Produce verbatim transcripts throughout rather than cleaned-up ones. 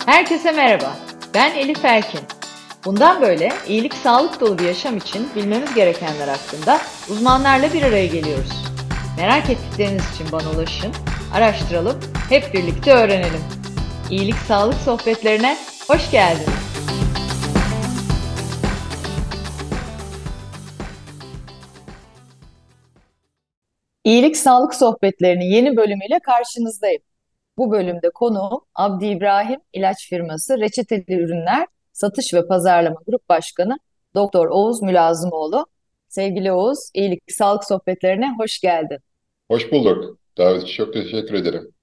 Herkese merhaba. Ben Elif Erkin. Bundan böyle iyilik, sağlık dolu bir yaşam için bilmemiz gerekenler hakkında uzmanlarla bir araya geliyoruz. Merak ettikleriniz için bana ulaşın, araştıralım, hep birlikte öğrenelim. İyilik, sağlık sohbetlerine hoş geldiniz. İyilik Sağlık Sohbetleri'nin yeni bölümüyle karşınızdayım. Bu bölümde konuğum Abdi İbrahim İlaç Firması Reçeteli Ürünler Satış ve Pazarlama Grup Başkanı Doktor Oğuz Mülazımoğlu. Sevgili Oğuz, İyilik Sağlık Sohbetlerine hoş geldin. Hoş bulduk. Davet için çok teşekkür ederim.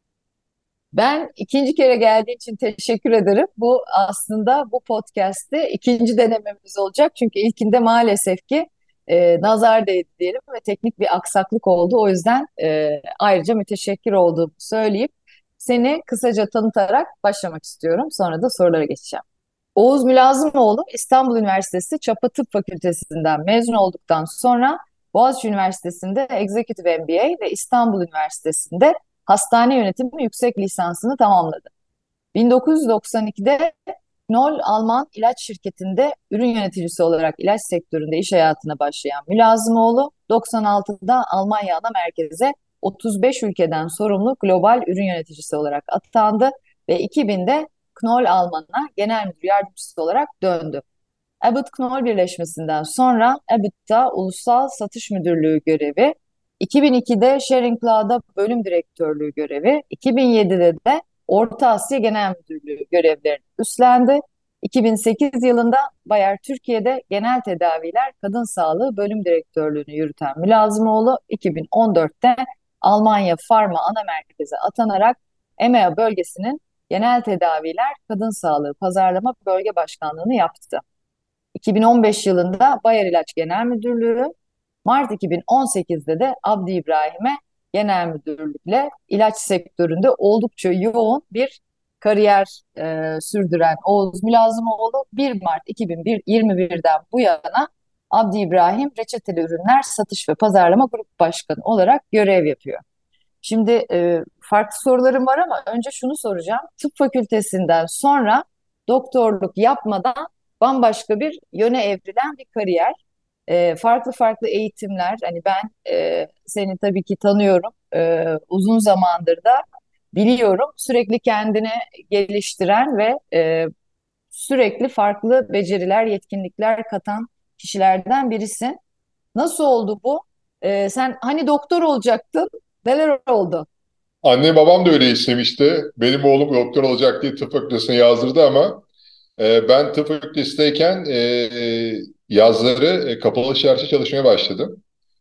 Ben ikinci kere geldiğin için teşekkür ederim. Bu aslında bu podcast'te ikinci denememiz olacak. Çünkü ilkinde maalesef ki e, nazar değdi diyelim ve teknik bir aksaklık oldu. O yüzden e, ayrıca müteşekkir olduğumu söyleyip seni kısaca tanıtarak başlamak istiyorum. Sonra da sorulara geçeceğim. Oğuz Mülazımoğlu İstanbul Üniversitesi Çapa Tıp Fakültesinden mezun olduktan sonra Boğaziçi Üniversitesi'nde Executive M B A ve İstanbul Üniversitesi'nde hastane yönetimi yüksek lisansını tamamladı. bin dokuz yüz doksan ikide Knoll Alman İlaç Şirketi'nde ürün yöneticisi olarak ilaç sektöründe iş hayatına başlayan Mülazımoğlu, doksan altıda Almanya ana merkeze otuz beş ülkeden sorumlu global ürün yöneticisi olarak atandı ve iki binde Knoll Alman'a genel müdür yardımcısı olarak döndü. Abbott-Knoll birleşmesinden sonra Abbott'ta Ulusal Satış Müdürlüğü görevi, iki bin ikide Schering-Plough'da bölüm direktörlüğü görevi, iki bin yedide de Orta Asya Genel Müdürlüğü görevlerini üstlendi. iki bin sekiz yılında Bayer Türkiye'de Genel Tedaviler Kadın Sağlığı Bölüm Direktörlüğünü yürüten Mülazımoğlu, iki bin on dörtte Almanya Pharma Ana Merkezi atanarak E M E A bölgesinin Genel Tedaviler Kadın Sağlığı Pazarlama Bölge Başkanlığını yaptı. iki bin on beş yılında Bayer İlaç Genel Müdürlüğü, Mart iki bin on sekizde de Abdi İbrahim'e genel müdürlükle ilaç sektöründe oldukça yoğun bir kariyer e, sürdüren Oğuz Mülazımoğlu bir Mart iki bin yirmi birden bu yana Abdi İbrahim Reçeteli Ürünler Satış ve Pazarlama Grup Başkanı olarak görev yapıyor. Şimdi e, farklı sorularım var ama önce şunu soracağım. Tıp fakültesinden sonra doktorluk yapmadan bambaşka bir yöne evrilen bir kariyer. E, farklı farklı eğitimler. Hani ben e, seni tabii ki tanıyorum. E, uzun zamandır da biliyorum. Sürekli kendini geliştiren ve e, sürekli farklı beceriler, yetkinlikler katan kişilerden birisin. Nasıl oldu bu? E, sen hani doktor olacaktın. Neler oldu? Annem babam da öyle istemişti. Benim oğlum doktor olacak diye tıp fakültesine yazdırdı ama e, ben tıp fakültesindeyken e, e, yazları e, kapalı çarşı çalışmaya başladım.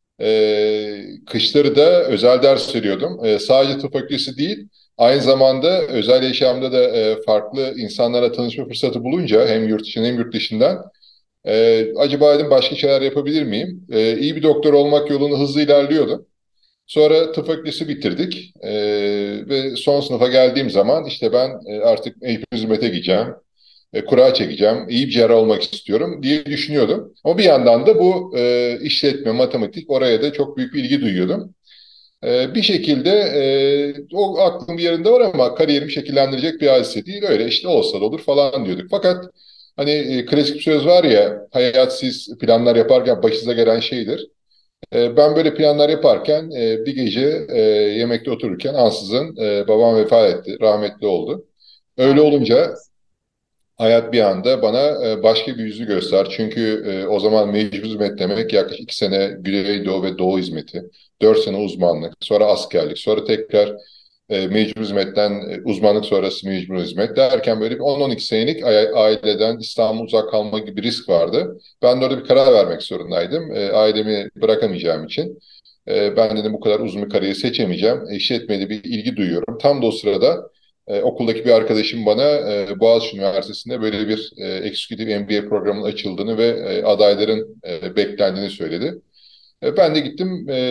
E, kışları da özel ders veriyordum. E, sadece tıp fakültesi değil, aynı zamanda özel yaşamda da e, farklı insanlara tanışma fırsatı bulunca hem yurt içinden hem yurt dışından e, acaba dedim başka şeyler yapabilir miyim? E, iyi bir doktor olmak yolunda hızlı ilerliyordum. Sonra tıp fakültesi bitirdik. Ee, ve son sınıfa geldiğim zaman işte ben e, artık eğitim hizmete gideceğim, e, kura çekeceğim, iyi bir cerrah olmak istiyorum diye düşünüyordum. Ama bir yandan da bu e, işletme, matematik oraya da çok büyük bir ilgi duyuyordum. E, bir şekilde e, o aklım bir yerinde var ama kariyerimi şekillendirecek bir hadise değil. Öyle işte olsa da olur falan diyorduk. Fakat hani e, klasik bir söz var ya, hayat siz planlar yaparken başınıza gelen şeydir. E, Ben böyle planlar yaparken e, bir gece e, yemekte otururken ansızın e, babam vefat etti, rahmetli oldu. Öyle Allah rahmet olunca eylesin. hayat bir anda bana e, başka bir yüzü göster. Çünkü e, o zaman mecbur hizmet demek yaklaşık iki sene Güneydoğu ve Doğu hizmeti, dört sene uzmanlık, sonra askerlik, sonra tekrar e, mecbur hizmetten e, uzmanlık sonrası mecbur hizmet derken böyle bir on on iki senelik a- aileden İstanbul uzak kalma gibi bir risk vardı. Ben de orada bir karar vermek zorundaydım. E, ailemi bırakamayacağım için. E, ben dedim bu kadar uzun bir kariyer seçemeyeceğim. E, İşletmeye bir ilgi duyuyorum. Tam da o sırada e, okuldaki bir arkadaşım bana e, Boğaziçi Üniversitesi'nde böyle bir e, Executive M B A programının açıldığını ve e, adayların e, beklendiğini söyledi. E, ben de gittim e,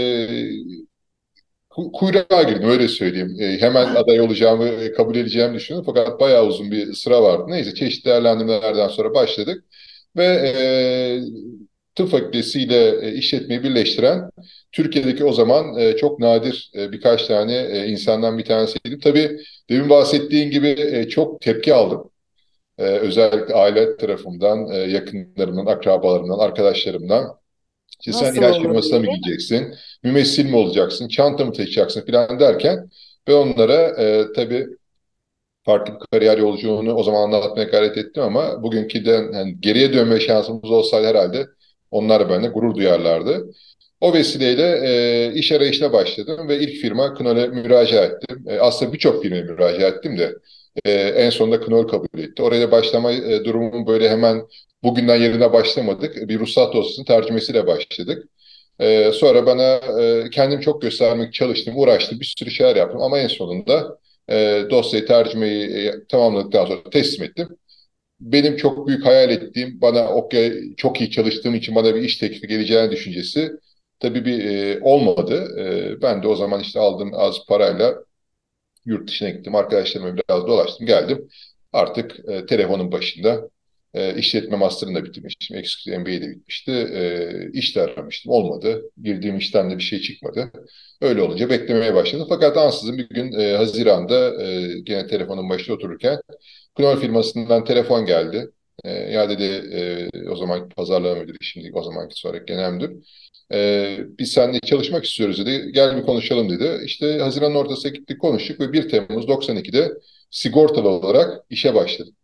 ku- kuyruğa girdim öyle söyleyeyim. E, hemen aday olacağımı e, kabul edeceğimi düşündüm fakat bayağı uzun bir sıra vardı. Neyse çeşitli değerlendirmelerden sonra başladık ve tıp fakültesiyle e, işletmeyi birleştiren Türkiye'deki o zaman e, çok nadir e, birkaç tane e, insandan bir tanesiydim. Tabii demin bahsettiğin gibi e, çok tepki aldım. E, özellikle aile tarafımdan, e, yakınlarımdan, akrabalarımdan, arkadaşlarımdan. İşte sen Nasıl ilaç olur firmasına mı diye. gideceksin, mümessil mi olacaksın, çanta mı taşıyacaksın falan derken ben onlara e, tabii farklı bir kariyer yolculuğunu o zaman anlatmaya gayret ettim ama bugünküden yani geriye dönme şansımız olsaydı herhalde onlar benimle gurur duyarlardı. O vesileyle e, iş arayışına başladım ve ilk firma Knoll'e müracaat ettim. E, aslında birçok firmaya müracaat ettim de e, en sonunda Knoll kabul etti. Oraya başlama e, durumum böyle hemen bugünden yerine başlamadık. Bir ruhsat dosyasının tercümesiyle başladık. E, sonra bana e, kendim çok göstermek çalıştım, uğraştım, bir sürü şeyler yaptım ama en sonunda e, dosyayı tercümeyi e, tamamladıktan sonra teslim ettim. Benim çok büyük hayal ettiğim, bana okey, çok iyi çalıştığım için bana bir iş teklifi geleceğini düşüncesi tabii bir e, olmadı. E, ben de o zaman işte aldığım az parayla yurt dışına gittim. Arkadaşlarımla biraz dolaştım, geldim. Artık e, telefonun başında e, işletme master'ını da bitirmiştim. Executive M B A'yi de bitmişti. E, iş de aramıştım. Olmadı. Girdiğim işten de bir şey çıkmadı. Öyle olunca beklemeye başladım. Fakat ansızın bir gün e, Haziran'da e, gene telefonun başında otururken Knoll firmasından telefon geldi. E, ya dedi e, o zamanki pazarlama müdürü, şimdi o zamanki sonraki genel müdür. E, biz seninle çalışmak istiyoruz dedi. Gel bir konuşalım dedi. İşte Haziran'ın ortasına gittik konuştuk ve bir Temmuz doksan ikide sigortalı olarak işe başladım.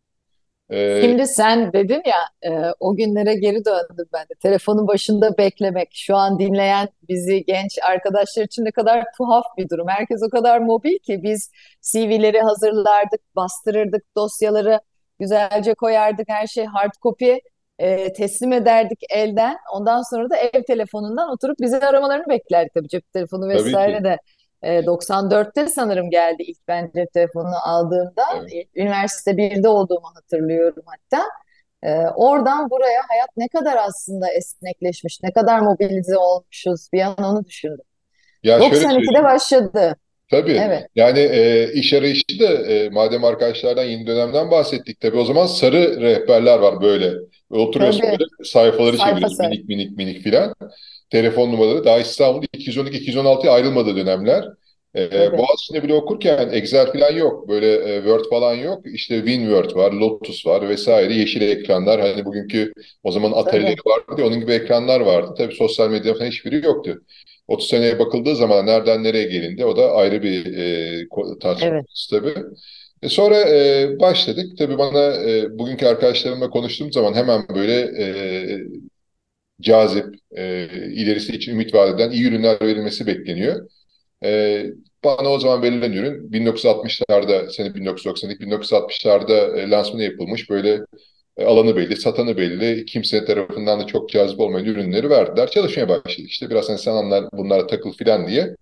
E, Şimdi sen dedin ya e, o günlere geri döndüm ben de. Telefonun başında beklemek. Şu an dinleyen bizi genç arkadaşlar için ne kadar tuhaf bir durum. Herkes o kadar mobil ki biz C V'leri hazırlardık, bastırırdık, dosyaları güzelce koyardık. Her şey hard copy e, teslim ederdik elden. Ondan sonra da ev telefonundan oturup bizi aramalarını beklerdik. Tabii cep telefonu tabii vesaire ki. de e, doksan dörtte sanırım geldi ilk ben cep telefonunu aldığımda. Evet. E, Üniversite birde olduğumu hatırlıyorum hatta. E, oradan buraya hayat ne kadar aslında esnekleşmiş, ne kadar mobilize olmuşuz bir an onu düşündüm. Ya şöyle doksan ikide söyleyeyim. başladı. Tabii. Evet, Yani e, iş arayışı da e, madem arkadaşlardan yeni dönemden bahsettik. Tabii o zaman sarı rehberler var böyle. Oturuyorsun tabii. böyle sayfaları Sayfa çeviriyorsun sayfa. minik minik minik filan. Telefon numaraları daha İstanbul'da iki yüz on iki iki yüz on altıya ayrılmadığı dönemler. E, Tabii, Boğaziçi'nde bile okurken Excel filan yok. Böyle e, Word falan yok. İşte WinWord var, Lotus var vesaire. Yeşil ekranlar. Hani bugünkü o zaman Atari'leri tabii. vardı ya onun gibi ekranlar vardı. Tabii sosyal medya falan hiçbiri yoktu. otuz seneye bakıldığı zaman nereden nereye gelindi o da ayrı bir e, ko- tartışma Evet, konusu tabii. E sonra e, başladık. Tabii bana e, bugünkü arkadaşlarımla konuştuğum zaman hemen böyle e, cazip, e, ilerisi için ümit vaat eden iyi ürünler verilmesi bekleniyor. E, Bana o zaman verilen ürün bin dokuz yüz altmışlarda, sene bin dokuz yüz doksan iki bin dokuz yüz altmışlarda e, lansmanı yapılmış böyle e, alanı belli, satanı belli, kimse tarafından da çok cazip olmayan ürünleri verdiler. Çalışmaya başladık. İşte biraz insanlar bunlara takıl filan diye.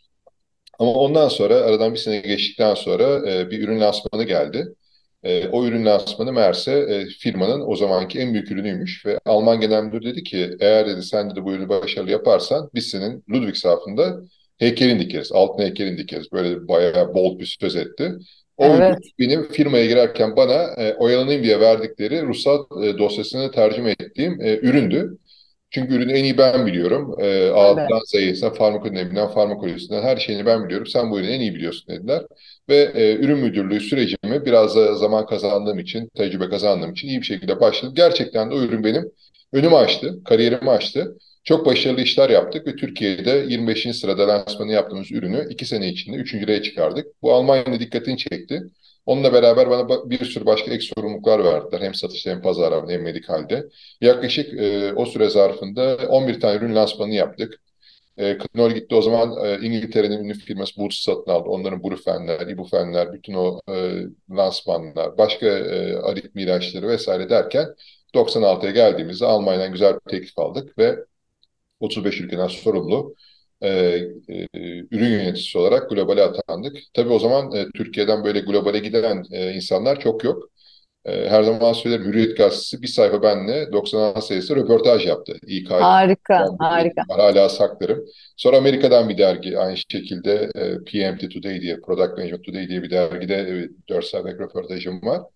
Ama ondan sonra aradan bir sene geçtikten sonra e, bir ürün lansmanı geldi. E, o ürün lansmanı meğerse e, firmanın o zamanki en büyük ürünüymüş ve Alman Genel Müdür dedi ki eğer dedi sen de bu ürünü başarılı yaparsan biz senin Ludwigshafen'da heykelin dikeriz, altın heykelin dikeriz. Böyle bayağı bold bir söz etti. O ürün evet, benim firmaya girerken bana e, oyalanayım diye verdikleri ruhsat e, dosyasını tercüme ettiğim e, üründü. Çünkü ürünü en iyi ben biliyorum. E, tabii. A'dan Z'ye, farmakodinamiğinden, farmakolojisinden her şeyini ben biliyorum. Sen bu ürünü en iyi biliyorsun dediler. Ve e, ürün müdürlüğü sürecimi biraz da zaman kazandığım için, tecrübe kazandığım için iyi bir şekilde başladım. Gerçekten de o ürün benim önümü açtı, kariyerimi açtı. Çok başarılı işler yaptık ve Türkiye'de yirmi beşinci sırada lansmanı yaptığımız ürünü iki sene içinde üçüncülüğe çıkardık. Bu Almanya'nın dikkatini çekti. Onunla beraber bana ba- bir sürü başka ek sorumluluklar verdiler. Hem satışta hem pazarlamada hem medikalde. Yaklaşık e, o süre zarfında on bir tane ürün lansmanı yaptık. E, Knoll gitti o zaman e, İngiltere'nin ünlü firması Boots satın aldı. Onların Brufenler, Ibufenler, bütün o e, lansmanlar, başka e, aritmi ilaçları vesaire derken doksan altıya geldiğimizde Almanya'dan güzel bir teklif aldık ve otuz beş ülkeden sorumlu e, e, ürün yöneticisi olarak globale atandık. Tabii o zaman e, Türkiye'den böyle globale giden e, insanlar çok yok. E, her zaman söylerim Hürriyet Gazetesi bir sayfa benle doksan altı sayısı röportaj yaptı. İK Harika, harika. var, hala saklarım. Sonra Amerika'dan bir dergi aynı şekilde e, P M T Today diye, Product Management Today diye bir dergide e, dört sayfalık röportajım var.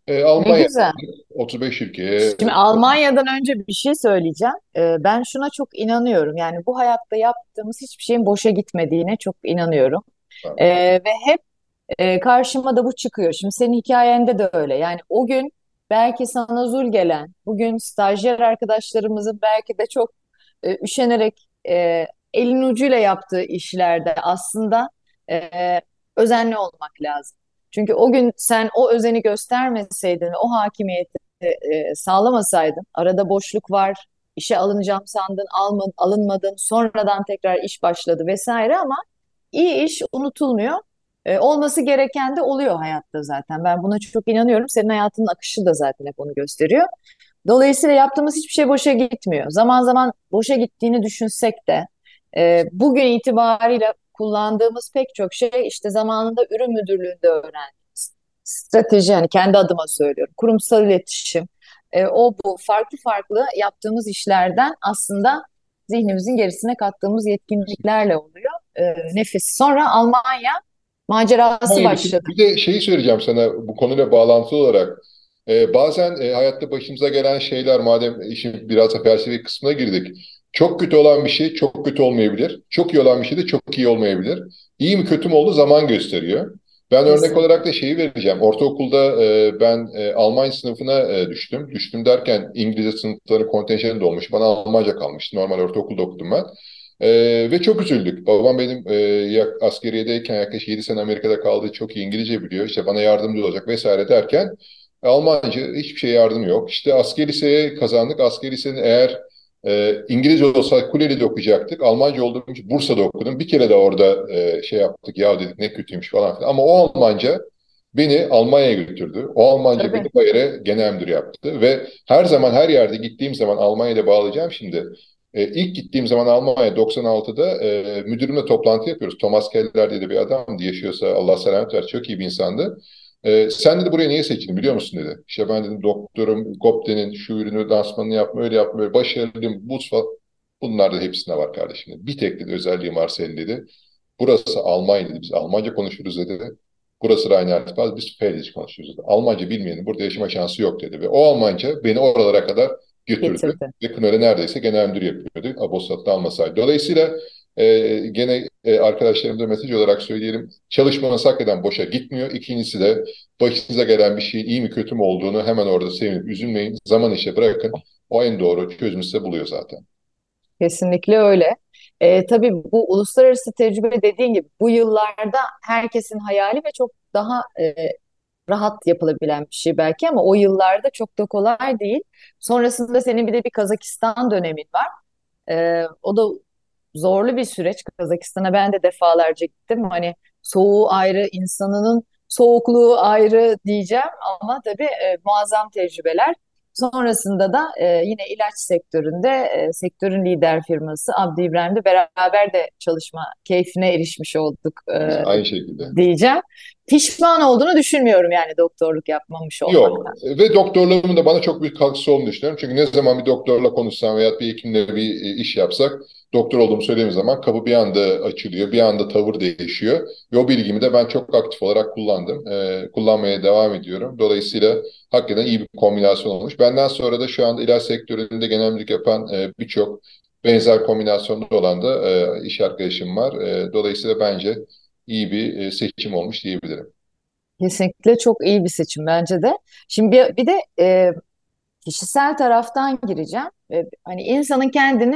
E, Ne Almanya güzel. otuz beş ülkeye. Şimdi Almanya'dan önce bir şey söyleyeceğim. Ee, ben şuna çok inanıyorum. Yani bu hayatta yaptığımız hiçbir şeyin boşa gitmediğine çok inanıyorum. Ee, ve hep e, karşıma da bu çıkıyor. Şimdi senin hikayende de öyle. Yani o gün belki sana zul gelen, bugün stajyer arkadaşlarımızın belki de çok e, üşenerek e, elin ucuyla yaptığı işlerde aslında e, özenli olmak lazım. Çünkü o gün sen o özeni göstermeseydin, o hakimiyeti e, sağlamasaydın, arada boşluk var, işe alınacağım sandın, alma, alınmadın, sonradan tekrar iş başladı vesaire ama iyi iş unutulmuyor. E, olması gereken de oluyor hayatta zaten. Ben buna çok inanıyorum. Senin hayatının akışı da zaten hep onu gösteriyor. Dolayısıyla yaptığımız hiçbir şey boşa gitmiyor. Zaman zaman boşa gittiğini düşünsek de e, bugün itibariyle kullandığımız pek çok şey işte zamanında ürün müdürlüğünde öğrendiğimiz strateji, hani kendi adıma söylüyorum. Kurumsal iletişim, e, o bu farklı farklı yaptığımız işlerden aslında zihnimizin gerisine kattığımız yetkinliklerle oluyor. E, nefis. Sonra Almanya macerası Almanya gittim. başladı. Bir de şeyi söyleyeceğim sana bu konuyla bağlantılı olarak. Ee, bazen e, hayatta başımıza gelen şeyler, madem işin biraz da felsefi kısmına girdik. Çok kötü olan bir şey çok kötü olmayabilir. Çok iyi olan bir şey de çok iyi olmayabilir. İyi mi kötü mü olduğu zaman gösteriyor. Ben örnek Kesinlikle. olarak da şeyi vereceğim. Ortaokulda e, ben e, Alman sınıfına e, düştüm. Düştüm derken İngilizce sınıfları kontenjanı dolmuş. Bana Almanca kalmıştı. Normal ortaokulda okudum ben. Ee, ve çok üzüldük. Babam benim e, yak, askeriyedeyken yaklaşık yedi sene Amerika'da kaldı. Çok iyi İngilizce biliyor. İşte bana yardımcı olacak vesaire derken Almanca hiçbir şeye yardım yok. İşte asker liseye kazandık. Asker lisenin eğer e, İngilizce olsa Kuleli'de okuyacaktık. Almanca olduğum için Bursa'da okudum. Bir kere de orada e, şey yaptık. Ya dedik ne kötüymüş falan filan. Ama o Almanca beni Almanya'ya götürdü. O Almanca beni Tabii. o yere genel müdür yaptı. Ve her zaman her yerde gittiğim zaman Almanya'da bağlayacağım şimdi. E, ilk gittiğim zaman Almanya doksan altıda e, müdürümle toplantı yapıyoruz. Thomas Keller diye de bir adamdı. Yaşıyorsa Allah selamet versin. Çok iyi bir insandı. E, sen dedi buraya niye seçildin biliyor musun dedi. İşte ben dedim doktorum, Gopte'nin şu ürünü lansmanını yapma, öyle yapma, böyle başarılıyım. Bu, bunlar da hepsinde var kardeşim dedi. Bir tek dedi özelliğim var senin dedi. Burası Almanya dedi. Biz Almanca konuşuruz dedi. Burası Rheinland-Pfalz, biz Feldiç konuşuyoruz dedi. Almanca bilmeyenin burada yaşama şansı yok dedi. Ve o Almanca beni oralara kadar götürdü. Getirdi. Ve Knöll'e neredeyse genel müdür yapıyordu. Abosat'ta almasaydı. Dolayısıyla e, gene e, arkadaşlarımıza mesaj olarak söyleyelim. Çalışmanız hakikaten boşa gitmiyor. İkincisi de başınıza gelen bir şeyin iyi mi kötü mü olduğunu hemen orada sevinip üzülmeyin. Zaman işe bırakın. O en doğru çözümü size buluyor zaten. Kesinlikle öyle. Ee, tabii bu uluslararası tecrübe dediğin gibi bu yıllarda herkesin hayali ve çok daha e, rahat yapılabilen bir şey belki ama o yıllarda çok da kolay değil. Sonrasında senin bir de bir Kazakistan dönemin var. Ee, o da zorlu bir süreç. Kazakistan'a ben de defalarca gittim. Hani soğuğu ayrı, insanının soğukluğu ayrı diyeceğim ama tabii e, muazzam tecrübeler. Sonrasında da e, yine ilaç sektöründe e, sektörün lider firması Abdi İbrahim'de beraber de çalışma keyfine erişmiş olduk Biz e, aynı şekilde. diyeceğim. Pişman olduğunu düşünmüyorum yani doktorluk yapmamış Yok. olmaktan. Ve doktorluğumun da bana çok büyük katkısı olduğunu düşünüyorum. Çünkü ne zaman bir doktorla konuşsam veya bir hekimle bir e, iş yapsak doktor olduğumu söylediğim zaman kapı bir anda açılıyor, bir anda tavır değişiyor. Ve o bilgimi de ben çok aktif olarak kullandım. Ee, kullanmaya devam ediyorum. Dolayısıyla hakikaten iyi bir kombinasyon olmuş. Benden sonra da şu anda ilaç sektöründe genel müdürlük yapan e, birçok benzer kombinasyonda olan da e, iş arkadaşım var. E, dolayısıyla bence iyi bir e, seçim olmuş diyebilirim. Kesinlikle çok iyi bir seçim bence de. Şimdi bir, bir de e, kişisel taraftan gireceğim. E, hani insanın kendini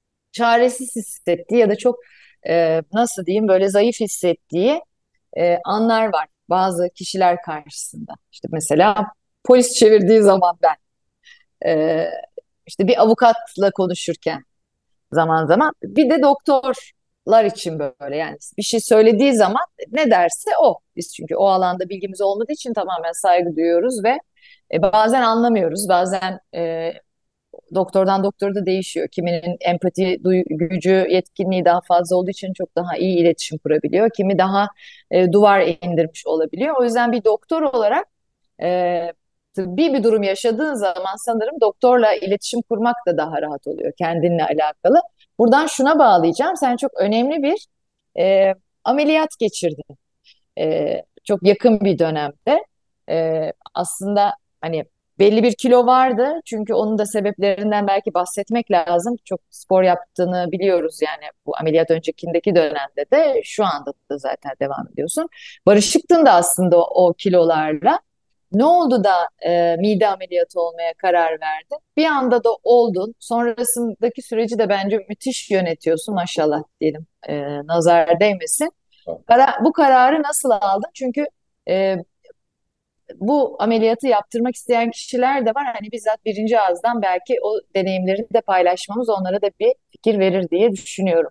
çaresiz hissettiği ya da çok e, nasıl diyeyim böyle zayıf hissettiği e, anlar var bazı kişiler karşısında. İşte mesela polis çevirdiği zaman ben e, işte bir avukatla konuşurken zaman zaman bir de doktorlar için böyle yani bir şey söylediği zaman ne derse o. Biz çünkü o alanda bilgimiz olmadığı için tamamen saygı duyuyoruz ve e, bazen anlamıyoruz. Bazen e, doktordan doktora da değişiyor. Kiminin empati duy- gücü, yetkinliği daha fazla olduğu için çok daha iyi iletişim kurabiliyor. Kimi daha e, duvar indirmiş olabiliyor. O yüzden bir doktor olarak e, tıbbi bir durum yaşadığın zaman sanırım doktorla iletişim kurmak da daha rahat oluyor kendinle alakalı. Buradan şuna bağlayacağım. Sen çok önemli bir e, ameliyat geçirdin. E, çok yakın bir dönemde. e, aslında hani belli bir kilo vardı. Çünkü onun da sebeplerinden belki bahsetmek lazım. Çok spor yaptığını biliyoruz yani bu ameliyat öncekindeki dönemde de şu anda da zaten devam ediyorsun. Barışıktın da aslında o, o kilolarla. Ne oldu da e, mide ameliyatı olmaya karar verdin? Bir anda da oldun. Sonrasındaki süreci de bence müthiş yönetiyorsun maşallah diyelim. E, nazar değmesin. Kara- bu kararı nasıl aldın? Çünkü e, bu ameliyatı yaptırmak isteyen kişiler de var. Hani bizzat birinci ağızdan belki o deneyimleri de paylaşmamız onlara da bir fikir verir diye düşünüyorum.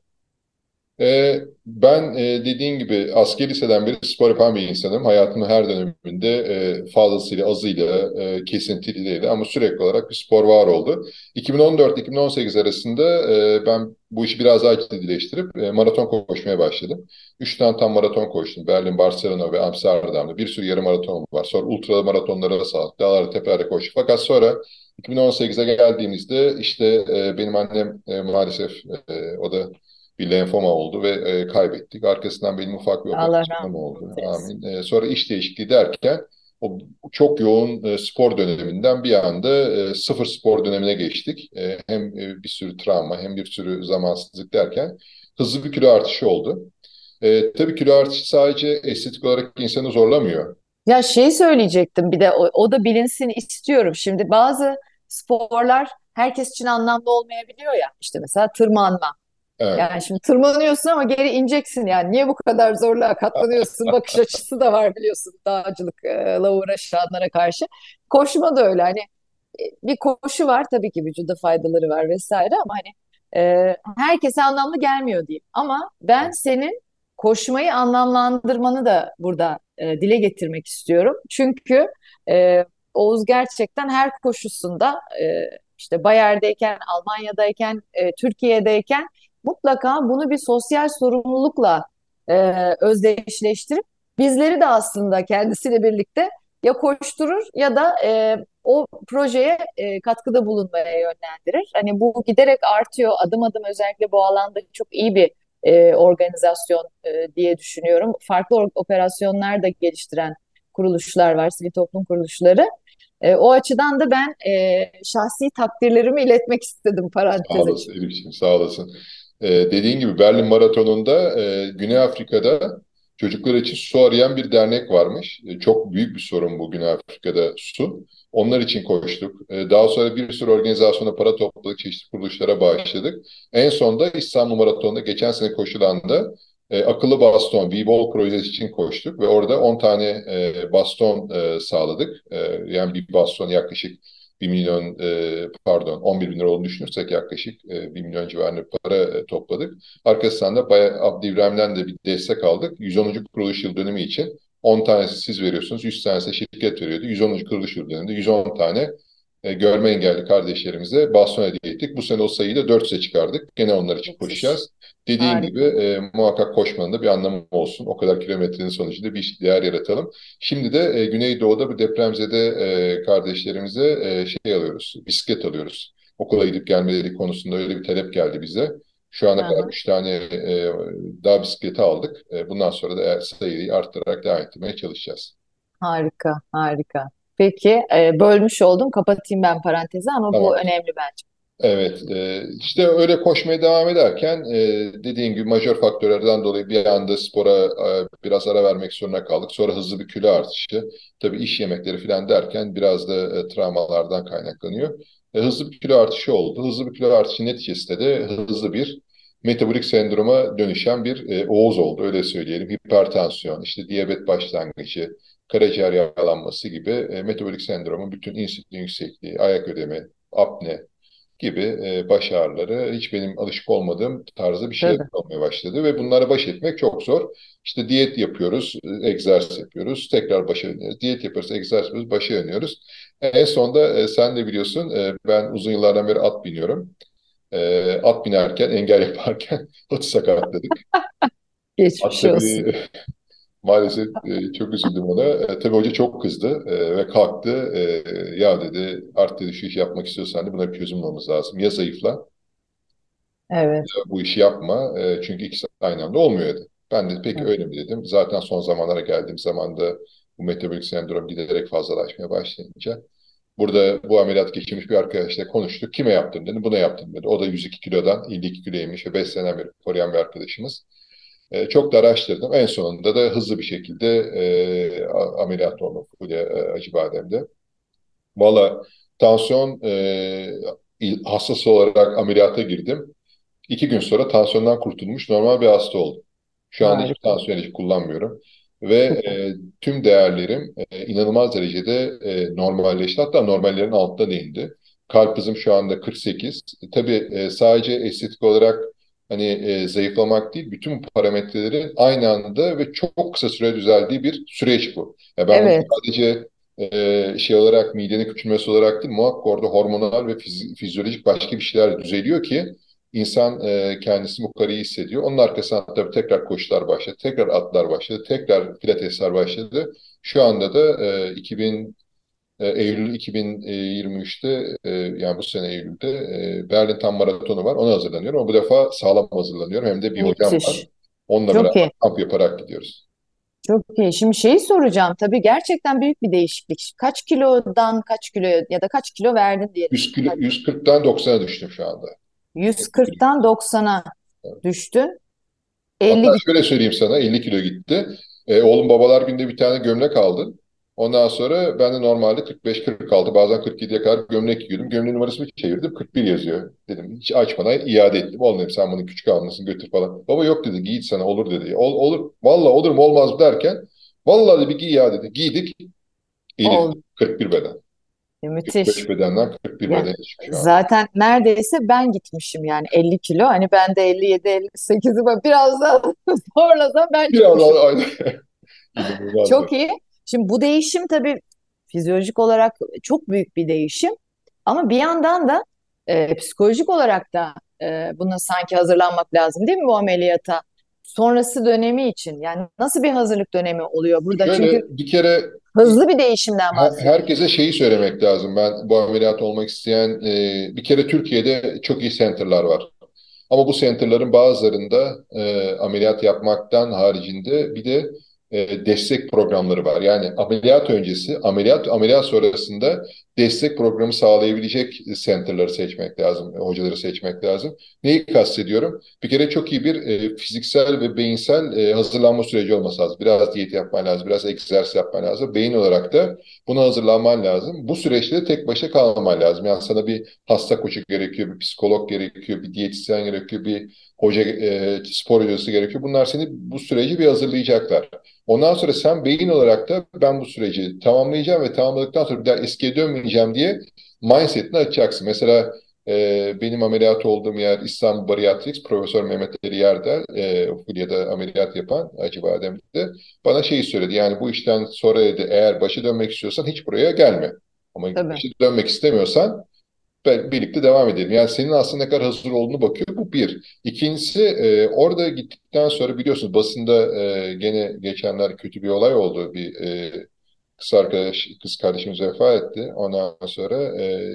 Ee, ben e, dediğin gibi askeri liseden beri spor yapan bir insanım. Hayatımın her döneminde e, fazlasıyla, azıyla, e, kesintiliyle ama sürekli olarak bir spor var oldu. iki bin on dört-iki bin on sekiz arasında e, ben bu işi biraz daha ciddileştirip e, maraton koşmaya başladım. Üç tane tam maraton koştum. Berlin, Barcelona ve Amsterdam'da. Bir sürü yarım maraton var. Sonra ultra maratonlara sağlık. Dağlarda, tepelerde koştuk. Fakat sonra iki bin on sekize geldiğimizde işte e, benim annem e, maalesef e, o da bir lenfoma oldu ve e, kaybettik. Arkasından benim ufak bir Allah operasyonum rahmet oldu. eylesin. Amin. E, sonra iş değişikliği derken o çok yoğun e, spor döneminden bir anda e, sıfır spor dönemine geçtik. E, hem e, bir sürü travma hem bir sürü zamansızlık derken hızlı bir kilo artışı oldu. E, tabii kilo artışı sadece estetik olarak insanı zorlamıyor. Ya şey söyleyecektim bir de o, o da bilinsin istiyorum. Şimdi bazı sporlar herkes için anlamlı olmayabiliyor ya. İşte mesela tırmanma. Evet. Yani şimdi tırmanıyorsun ama geri ineceksin yani. Niye bu kadar zorluğa katlanıyorsun? Bakış açısı da var biliyorsun dağcılıkla uğraşanlara karşı. Koşma da öyle hani e, bir koşu var tabii ki vücuda faydaları var vesaire ama hani e, herkese anlamlı gelmiyor diyeyim. Ama ben senin koşmayı anlamlandırmanı da burada e, dile getirmek istiyorum. Çünkü e, Oğuz gerçekten her koşusunda e, işte Bayer'deyken, Almanya'dayken, e, Türkiye'deyken mutlaka bunu bir sosyal sorumlulukla e, özdeşleştirip bizleri de aslında kendisiyle birlikte ya koşturur ya da e, o projeye e, katkıda bulunmaya yönlendirir. Hani bu giderek artıyor. Adım adım özellikle bu alanda çok iyi bir e, organizasyon e, diye düşünüyorum. Farklı or- operasyonlar da geliştiren kuruluşlar var, sivil toplum kuruluşları. E, o açıdan da ben e, şahsi takdirlerimi iletmek istedim Sağ parantez olasın açıp. Elif'ciğim, sağ olasın. Ee, dediğin gibi Berlin Maratonu'nda e, Güney Afrika'da çocuklar için su arayan bir dernek varmış. E, çok büyük bir sorun bu Güney Afrika'da su. Onlar için koştuk. E, daha sonra bir sürü organizasyona para topladık, çeşitli kuruluşlara bağışladık. En sonda İstanbul Maratonu'nda geçen sene koşulanda e, akıllı baston, V-Ball projesi için koştuk ve orada on tane e, baston e, sağladık. E, yani bir baston yaklaşık bir milyon e, pardon on bir bin lira olduğunu düşünürsek yaklaşık e, bir milyon civarında para e, topladık. Arkasından da Bay Abdi İbrahim'den de bir destek aldık. yüz onuncu kuruluş yıl dönümü için on tanesi siz veriyorsunuz, yüz tanesi şirket veriyordu. yüz onuncu kuruluş yıl dönümünde yüz on tane e, görme engelli kardeşlerimize baston hediye ettik. Bu sene o sayıyı da dört yüze çıkardık. Gene onlar için Müthiş. koşacağız. Dediğin gibi Harika. e, muhakkak koşmanın da bir anlamı olsun. O kadar kilometrenin sonucunda bir değer yaratalım. Şimdi de e, Güneydoğu'da bu depremzede e, kardeşlerimize e, şey alıyoruz, bisiklet alıyoruz. Okula gidip gelmeleri konusunda öyle bir talep geldi bize. Şu ana kadar Aha, üç tane e, daha bisikleti aldık. E, bundan sonra da sayıyı arttırarak devam ettirmeye çalışacağız. harika, harika. Peki, e, bölmüş oldum. Kapatayım ben parantezi ama bu Tamam. önemli bence. Evet, e, işte öyle koşmaya devam ederken e, dediğim gibi majör faktörlerden dolayı bir anda spora e, biraz ara vermek zorunda kaldık. Sonra hızlı bir kilo artışı, tabii iş yemekleri falan derken biraz da e, travmalardan kaynaklanıyor. E, hızlı bir kilo artışı oldu. Hızlı bir kilo artışı neticesinde de hızlı bir metabolik sendroma dönüşen bir e, Oğuz oldu, öyle söyleyelim. Hipertansiyon, işte diyabet başlangıcı, karaciğer yağlanması gibi e, metabolik sendromun bütün insülin yüksekliği, ayak ödemi, apne gibi e, baş ağrıları hiç benim alışık olmadığım tarzda bir şey Tabii. olmaya başladı ve bunlara baş etmek çok zor. İşte diyet yapıyoruz, e, egzersiz yapıyoruz, tekrar başa dönüyoruz. Diyet yapıyoruz, egzersiz yapıyoruz, başa dönüyoruz. En sonda e, sen de biliyorsun e, ben uzun yıllardan beri at biniyorum. E, at binerken, engel yaparken atı sakatladık. At Geçmiş olsun. tabii maalesef e, çok üzüldüm ona. E, tabii hoca çok kızdı e, ve kalktı. E, ya dedi artık dedi şu işi yapmak istiyorsan da buna bir çözüm bulmamız lazım. Ya zayıfla Evet. bu işi yapma. E, çünkü ikisi aynı anda olmuyor dedi. Ben de peki Hı. öyle mi dedim. Zaten son zamanlara geldiğim zaman da Bu metabolik sendrom giderek fazlalaşmaya başlayınca. Burada bu ameliyat geçirmiş bir arkadaşla konuştuk. Kime yaptın dedi. Buna yaptım dedi. O da yüz iki kilodan elli iki kiloya inmiş ve beş sene beri koruyan bir arkadaşımız. E, çok da araştırdım. En sonunda da hızlı bir şekilde e, ameliyat oldum Fulya e, Acıbadem'de. Valla tansiyon e, hastası olarak ameliyata girdim. İki gün sonra tansiyondan kurtulmuş normal bir hasta oldum. Şu anda hiç Harika. tansiyon ilacı kullanmıyorum. Ve Süper. e, tüm değerlerim e, inanılmaz derecede e, normalleşti. Hatta normallerin altına indi. Kalp hızım şu anda kırk sekiz. E, tabii e, sadece estetik olarak hani e, zayıflamak değil, bütün parametrelerin aynı anda ve çok kısa sürede düzeldiği bir süreç bu. Ya ben bunu Evet. sadece e, şey olarak midenin küçülmesi olarak değil, muhakkak orada hormonal ve fizi- fizyolojik başka bir şeyler düzeliyor ki İnsan e, kendisini bu kadar iyi hissediyor. Onun arkasından tabii tekrar koşular başladı, tekrar atlar başladı, tekrar pilatesler başladı. Şu anda da e, iki bin e, Eylül iki bin yirmi üçte e, yani bu sene Eylül'de e, Berlin Tam Maratonu var. Ona hazırlanıyorum ama bu defa sağlam hazırlanıyorum. Hem de bir hocam var. Müthiş. Onunla Çok beraber iyi. kamp yaparak gidiyoruz. Çok iyi. Şimdi şeyi soracağım. Tabii gerçekten büyük bir değişiklik. Kaç kilodan kaç kiloya ya da kaç kilo verdin diyelim. yüz kilo, yüz kırktan doksana düştüm şu anda. yüz kırktan doksana düştün. Hatta elli gitti. şöyle söyleyeyim sana elli kilo gitti. E, oğlum babalar günde bir tane gömlek aldı. Ondan sonra ben de normalde kırk beş kırk altı bazen kırk yediye kadar gömlek giyiyordum. Gömleğin numarasını çevirdim kırk bir yazıyor. Dedim hiç açmadan iade ettim. Oğlum dedim sen bunu küçük almışsın götür falan. Baba yok dedi giy sana olur dedi. Ol, olur valla olur mu olmaz mı derken valla dedi bir giy ya dedi. Giydik Elif Oldu. kırk bir beden. kırk beş Müthiş. bedenden kırk bir Yani beden çıkmış şu anda. zaten neredeyse ben gitmişim yani elli kilo. Hani ben de elli yedi elli sekizi var. Biraz daha zorlasam ben Biraz çıkmışım. daha aynı. İnanılmaz. Çok iyi. Şimdi bu değişim tabii fizyolojik olarak çok büyük bir değişim. Ama bir yandan da e, psikolojik olarak da e, buna sanki hazırlanmak lazım değil mi bu ameliyata? Sonrası dönemi için. Yani nasıl bir hazırlık dönemi oluyor burada? Çünkü Şöyle bir kere hızlı bir değişimden Her- bahsediyoruz. herkese şeyi söylemek lazım. Ben bu ameliyat olmak isteyen e, bir kere Türkiye'de çok iyi center'lar var. Ama bu center'ların bazılarında e, ameliyat yapmaktan haricinde bir de e, destek programları var. Yani ameliyat öncesi, ameliyat ameliyat sonrasında destek programı sağlayabilecek center'ları seçmek lazım, hocaları seçmek lazım. Neyi kastediyorum? Bir kere çok iyi bir e, fiziksel ve beyinsel e, hazırlanma süreci olması lazım. Biraz diyet yapman lazım, biraz egzersiz yapman lazım. Beyin olarak da buna hazırlanman lazım. Bu süreçte de tek başa kalmaman lazım. Yani sana bir hasta koçu gerekiyor, bir psikolog gerekiyor, bir diyetisyen gerekiyor, bir hoca, e, spor hocası gerekiyor. Bunlar seni bu süreci bir hazırlayacaklar. Ondan sonra sen beyin olarak da ben bu süreci tamamlayacağım ve tamamladıktan sonra bir daha eskiye dönmeyeceğim diye mindset'ini açacaksın. Mesela e, benim ameliyat olduğum yer İstanbul Bariatrics, Profesör Mehmet Ali Yerdel, e, Fulya'da ameliyat yapan Acıbadem'de bana şeyi söyledi. Yani bu işten sonra dedi, eğer başa dönmek istiyorsan hiç buraya gelme. Ama Tabii. başa dönmek istemiyorsan be- birlikte devam edelim. Yani senin aslında ne kadar hazır olduğunu bakıyor. Bu bir. İkincisi e, orada gittikten sonra biliyorsunuz basında e, gene geçenler kötü bir olay oldu. Bir e, kız arkadaş, kız kardeşimiz vefat etti. Ondan sonra e,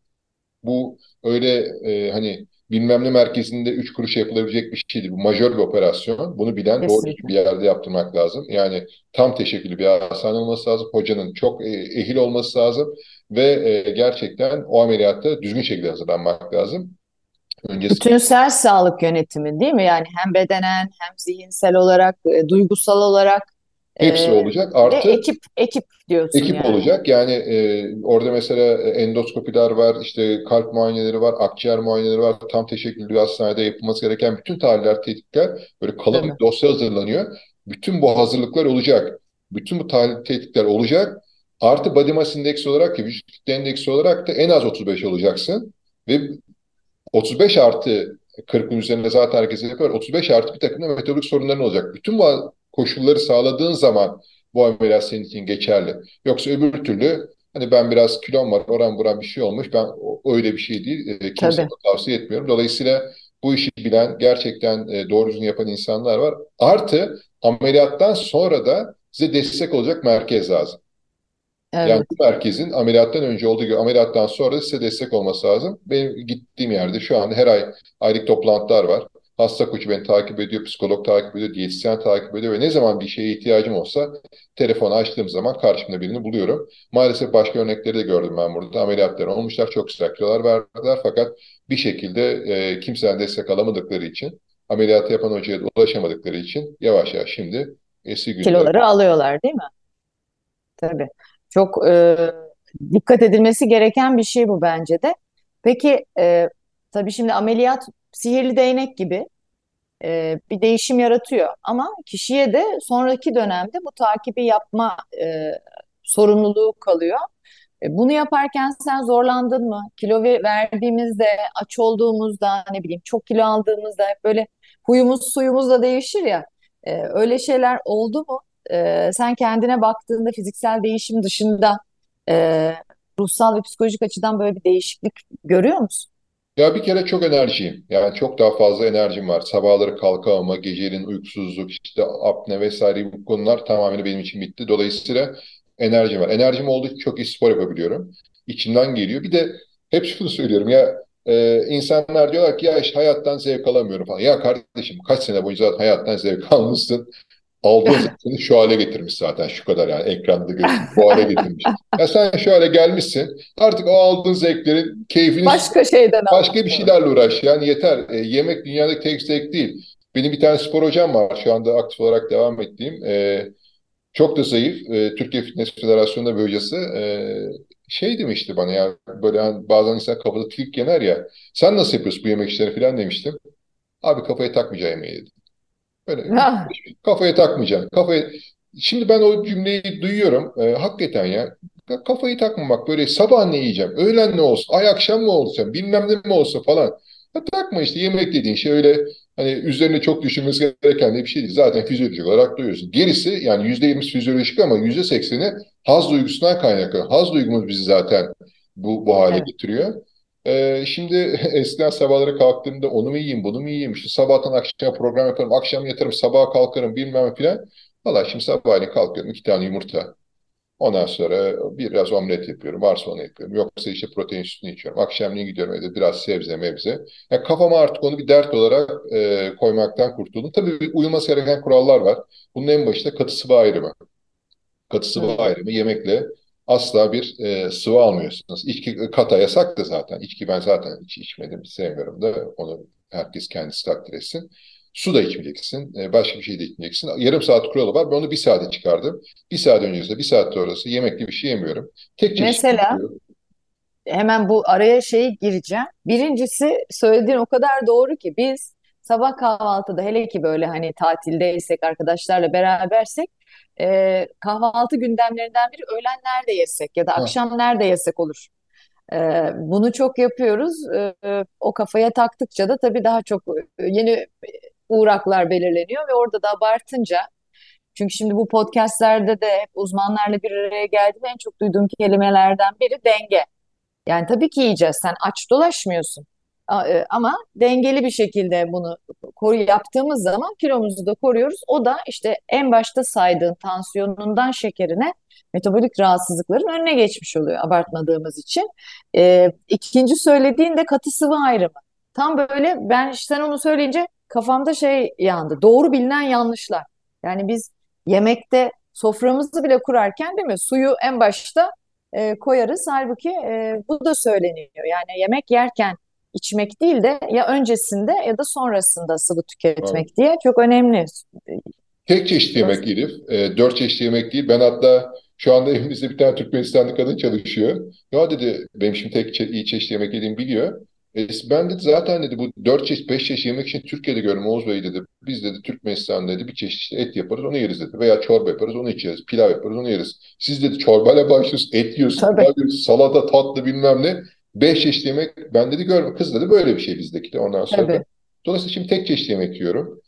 bu öyle e, hani bilmem ne merkezinde üç kuruş yapılabilecek bir şey değil. Bu majör bir operasyon. Bunu bilen doğru düzgün Kesinlikle. bir yerde yaptırmak lazım. Yani tam teşekküllü bir hastane olması lazım. Hocanın çok e, ehil olması lazım. Ve e, gerçekten o ameliyatta düzgün şekilde hazırlanmak lazım. Öncesinde Bütünsel sağlık yönetimi değil mi? Yani hem bedenen hem zihinsel olarak, e, duygusal olarak e, hepsi olacak. ve Artı ekip ekip diyorsun ekip yani. olacak. Yani e, orada mesela e, endoskopiler var, işte kalp muayeneleri var, akciğer muayeneleri var. Tam teşekküllü bir hastanede yapılması gereken bütün tahliller, tetkikler böyle kalın bir Tabii. dosya hazırlanıyor. Bütün bu hazırlıklar olacak. Bütün bu tahlil tetkikler olacak. Artı body mass index olarak da vücut kitle endeksi olarak da en az otuz beş olacaksın. Ve otuz beş artı kırkın üzerinde zaten herkes yapıyor. otuz beş artı bir takım da metabolik sorunların olacak. Bütün bu koşulları sağladığın zaman bu ameliyat senin için geçerli. Yoksa öbür türlü hani ben biraz kilom var, oran buran bir şey olmuş. Ben o- öyle bir şey değil. E, kimseye Tabii. de tavsiye etmiyorum. Dolayısıyla bu işi bilen, gerçekten e, doğru düzgün yapan insanlar var. Artı ameliyattan sonra da size destek olacak merkez lazım. Yani Evet. bu merkezin ameliyattan önce olduğu gibi ameliyattan sonra da size destek olması lazım. Benim gittiğim yerde şu anda her ay aylık toplantılar var. Hasta koçu beni takip ediyor, psikolog takip ediyor, diyetisyen takip ediyor ve ne zaman bir şeye ihtiyacım olsa telefonu açtığım zaman karşımda birini buluyorum. Maalesef başka örnekleri de gördüm ben burada. Ameliyatlar olmuşlar, çok güzel kilolar verdiler fakat bir şekilde e, kimseden destek alamadıkları için, ameliyatı yapan hocaya da ulaşamadıkları için yavaş yavaş şimdi eski günler. Kiloları alıyorlar, değil mi? Tabii. Çok e, dikkat edilmesi gereken bir şey bu bence de. Peki e, tabii şimdi ameliyat sihirli değnek gibi e, bir değişim yaratıyor. Ama kişiye de sonraki dönemde bu takibi yapma e, sorumluluğu kalıyor. E, bunu yaparken sen zorlandın mı? Kilo ve- verdiğimizde, aç olduğumuzda, ne bileyim çok kilo aldığımızda hep böyle huyumuz suyumuz da değişir ya. E, öyle şeyler oldu mu? E, sen kendine baktığında fiziksel değişim dışında e, ruhsal ve psikolojik açıdan böyle bir değişiklik görüyor musun? Ya bir kere çok enerjiyim. Yani çok daha fazla enerjim var. Sabahları kalkamama, geceleyin uykusuzluk, işte apne vesaire bu konular tamamen benim için bitti. Dolayısıyla enerjim var. Enerjim olduğu için çok iyi spor yapabiliyorum. İçimden geliyor. Bir de hep şunu söylüyorum ya, e, insanlar diyorlar ki ya işte hayattan zevk alamıyorum falan. Ya kardeşim kaç sene boyunca zaten hayattan zevk almışsın. Aldığın zevkini şu hale getirmiş zaten, şu kadar yani ekranda gösterip bu hale getirmiş. Ya sen şu hale gelmişsin, artık o aldığın zevklerin keyfini Başka şeyden başka bir anlatıyorum. şeylerle uğraş. Yani yeter. E, yemek dünyadaki tek zevk değil. Benim bir tane spor hocam var. Şu anda aktif olarak devam ettiğim. E, çok da zayıf. E, Türkiye Fitness Federasyonu'nda bir hocası. E, şey demişti bana ya, böyle hani bazen insan kafada tilki yener ya. Sen nasıl yapıyorsun bu yemek işleri falan demiştim. Abi kafaya takmayacağı yemeği dedi. Böyle Ah, kafaya takmayacaksın. Kafaya... Şimdi ben o cümleyi duyuyorum. Ee, hakikaten ya. Ka- Kafayı takmamak, böyle sabah ne yiyeceğim, öğlen ne olsun, ay akşam mı olsun, bilmem ne mi olsun falan. Ha, takma işte, yemek dediğin şey öyle hani üzerine çok düşünmesi gereken de bir şey değil. Zaten fizyolojik olarak duyuyorsun. Gerisi yani yüzde yirmi fizyolojik ama yüzde sekseni haz duygusundan kaynaklı. Haz duygumuz bizi zaten bu, bu hale evet. getiriyor. Ee, şimdi eskiden sabahları kalktığımda onu mu yiyeyim, bunu mu yiyeyim? İşte sabahtan akşama program yaparım, akşam yatarım, sabaha kalkarım bilmem ne filan. Valla şimdi sabahleyin kalkıyorum, iki tane yumurta. Ondan sonra biraz omlet yapıyorum, varsa onu yapıyorum. Yoksa işte protein sütünü içiyorum. Akşamleyin gidiyorum evde biraz sebze mebze. Yani kafama artık onu bir dert olarak e, koymaktan kurtuldum. Tabii bir uyulması gereken kurallar var. Bunun en başında katı sıvı ayrımı. Katı sıvı Hmm, ayrımı, yemekle asla bir e, sıvı almıyorsunuz. İçki kata yasak da zaten. İçki ben zaten hiç içmedim, sevmiyorum da, onu herkes kendisi takdir etsin. Su da içmeyeceksin, e, başka bir şey de içmeyeceksin. Yarım saat kuralı var. Ben onu bir saate çıkardım. Bir saat öncesi, bir saat sonrası yemekli bir şey yemiyorum. Tek çeşit mesela yiyorum. hemen bu araya şey gireceğim. Birincisi söylediğin o kadar doğru ki biz sabah kahvaltıda, hele ki böyle hani tatildeysek arkadaşlarla berabersek e, kahvaltı gündemlerinden biri öğlen nerede yesek ya da Ha, akşam nerede yesek olur. E, Bunu çok yapıyoruz. E, e, o kafaya taktıkça da tabii daha çok e, yeni uğraklar belirleniyor ve orada da abartınca, çünkü şimdi bu podcastlerde de hep uzmanlarla bir araya geldiğim en çok duyduğum kelimelerden biri denge. Yani tabii ki yiyeceğiz. Sen aç dolaşmıyorsun. A- e, Ama dengeli bir şekilde bunu koru yaptığımız zaman kilomuzu da koruyoruz. O da işte en başta saydığın tansiyonundan şekerine, metabolik rahatsızlıkların önüne geçmiş oluyor abartmadığımız için. Ee, ikinci söylediğin de katı sıvı ayrımı. Tam böyle ben işte sen onu söyleyince kafamda şey yandı. Doğru bilinen yanlışlar. Yani biz yemekte soframızı bile kurarken, değil mi? Suyu en başta e, koyarız. Halbuki e, bu da söyleniyor. Yani yemek yerken içmek değil de ya öncesinde ya da sonrasında sıvı ha. tüketmek diye çok önemli. Tek çeşit yemek Elif. E, dört çeşit yemek değil. Ben hatta şu anda evimizde bir tane Türkmenistanlı kadın çalışıyor. Ya dedi, benim şimdi tek çe iyi çeşit yemek yediğimi biliyor. E, ben dedi zaten dedi bu dört çeşit beş çeşit yemek için Türkiye'de görüyorum Oğuz Bey dedi. Biz dedi Türkmenistan dedi bir çeşit işte et yaparız onu yeriz dedi. Veya çorba yaparız onu içeriz. Pilav yaparız onu yeriz. Siz dedi çorbayla başlıyorsunuz, et yiyorsun, pilav Tabii, yiyorsun, salata, tatlı bilmem ne. Beş çeşit yemek ben dedi görme. Kız dedi böyle bir şey bizdeki de ondan sonra. tabii. Dolayısıyla şimdi tek çeşit yemek yiyorum.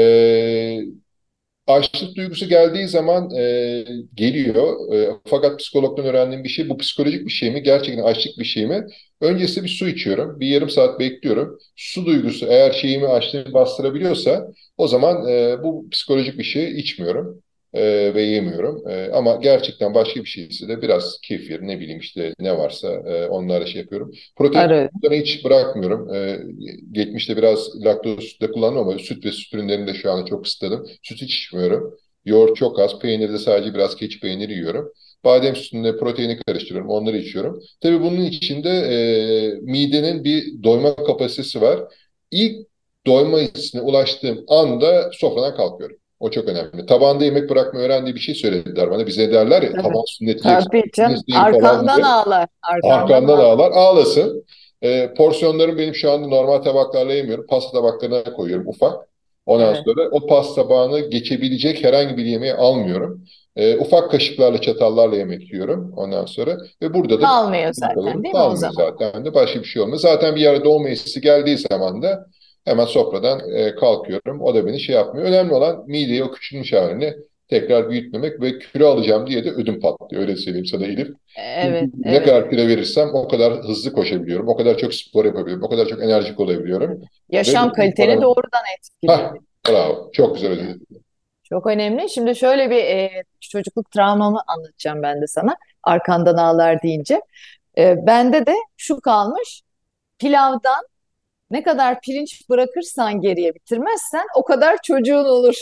Ee, Açlık duygusu geldiği zaman e, geliyor. E, fakat psikologdan öğrendiğim bir şey, bu psikolojik bir şey mi? Gerçekten açlık bir şey mi? Öncesinde bir su içiyorum. Bir yarım saat bekliyorum. Su duygusu eğer şeyimi açlığımı bastırabiliyorsa o zaman e, bu psikolojik bir şey içmiyorum. e, ve yemiyorum. E, ama gerçekten başka bir şeyse de biraz kefir, ne bileyim işte ne varsa e, onlarla şey yapıyorum. Protein Arı. topluluklarını hiç bırakmıyorum. E, geçmişte biraz laktoz da kullandım ama süt ve süt ürünlerini de şu anda çok kısıtladım. Süt hiç içmiyorum. Yoğurt çok az. Peynirde sadece biraz keçi peyniri yiyorum. Badem sütünde proteini karıştırıyorum. Onları içiyorum. Tabii bunun içinde e, midenin bir doyma kapasitesi var. İlk doyma hissine ulaştığım anda sofradan kalkıyorum. O çok önemli. Tabanda yemek bırakma öğrendiği bir şey söylediler bana. Bize derler ya Tabii. taban sünneti yeksin. Tabii canım. Değil falan Arkandan diye. ağlar. Arkandan Arkamdan ağlar. ağlar. Ağlasın. E, porsiyonlarım benim şu anda normal tabaklarla yemiyorum. Pasta tabaklarına koyuyorum ufak. Ondan Evet. sonra o pasta tabağını geçebilecek herhangi bir yemeği almıyorum. E, ufak kaşıklarla çatallarla yemek yiyorum ondan sonra. Ve burada da Kalmıyor zaten kalıyorum. değil mi o Kalmıyor zaman? zaten de başka bir şey olmuyor. Zaten bir yerde doğum hissi geldiği zaman da hemen sofradan e, kalkıyorum. O da beni şey yapmıyor. Önemli olan mideyi o küçülmüş halini tekrar büyütmemek ve kilo alacağım diye de ödüm patlıyor. Öyle söyleyeyim sana Elif. Çünkü Evet, ne evet. kadar kilo verirsem o kadar hızlı koşabiliyorum, o kadar çok spor yapabiliyorum, o kadar çok enerjik olabiliyorum. Tabii. Ve Yaşam bütün kaliteni param... doğrudan etkiliyor. Hah, bravo. Çok güzel Yani özetledin. çok önemli. Şimdi şöyle bir e, çocukluk travmamı anlatacağım ben de sana. Arkandan ağlar deyince. E, bende de şu kalmış. Pilavdan ne kadar pirinç bırakırsan geriye bitirmezsen o kadar çocuğun olur.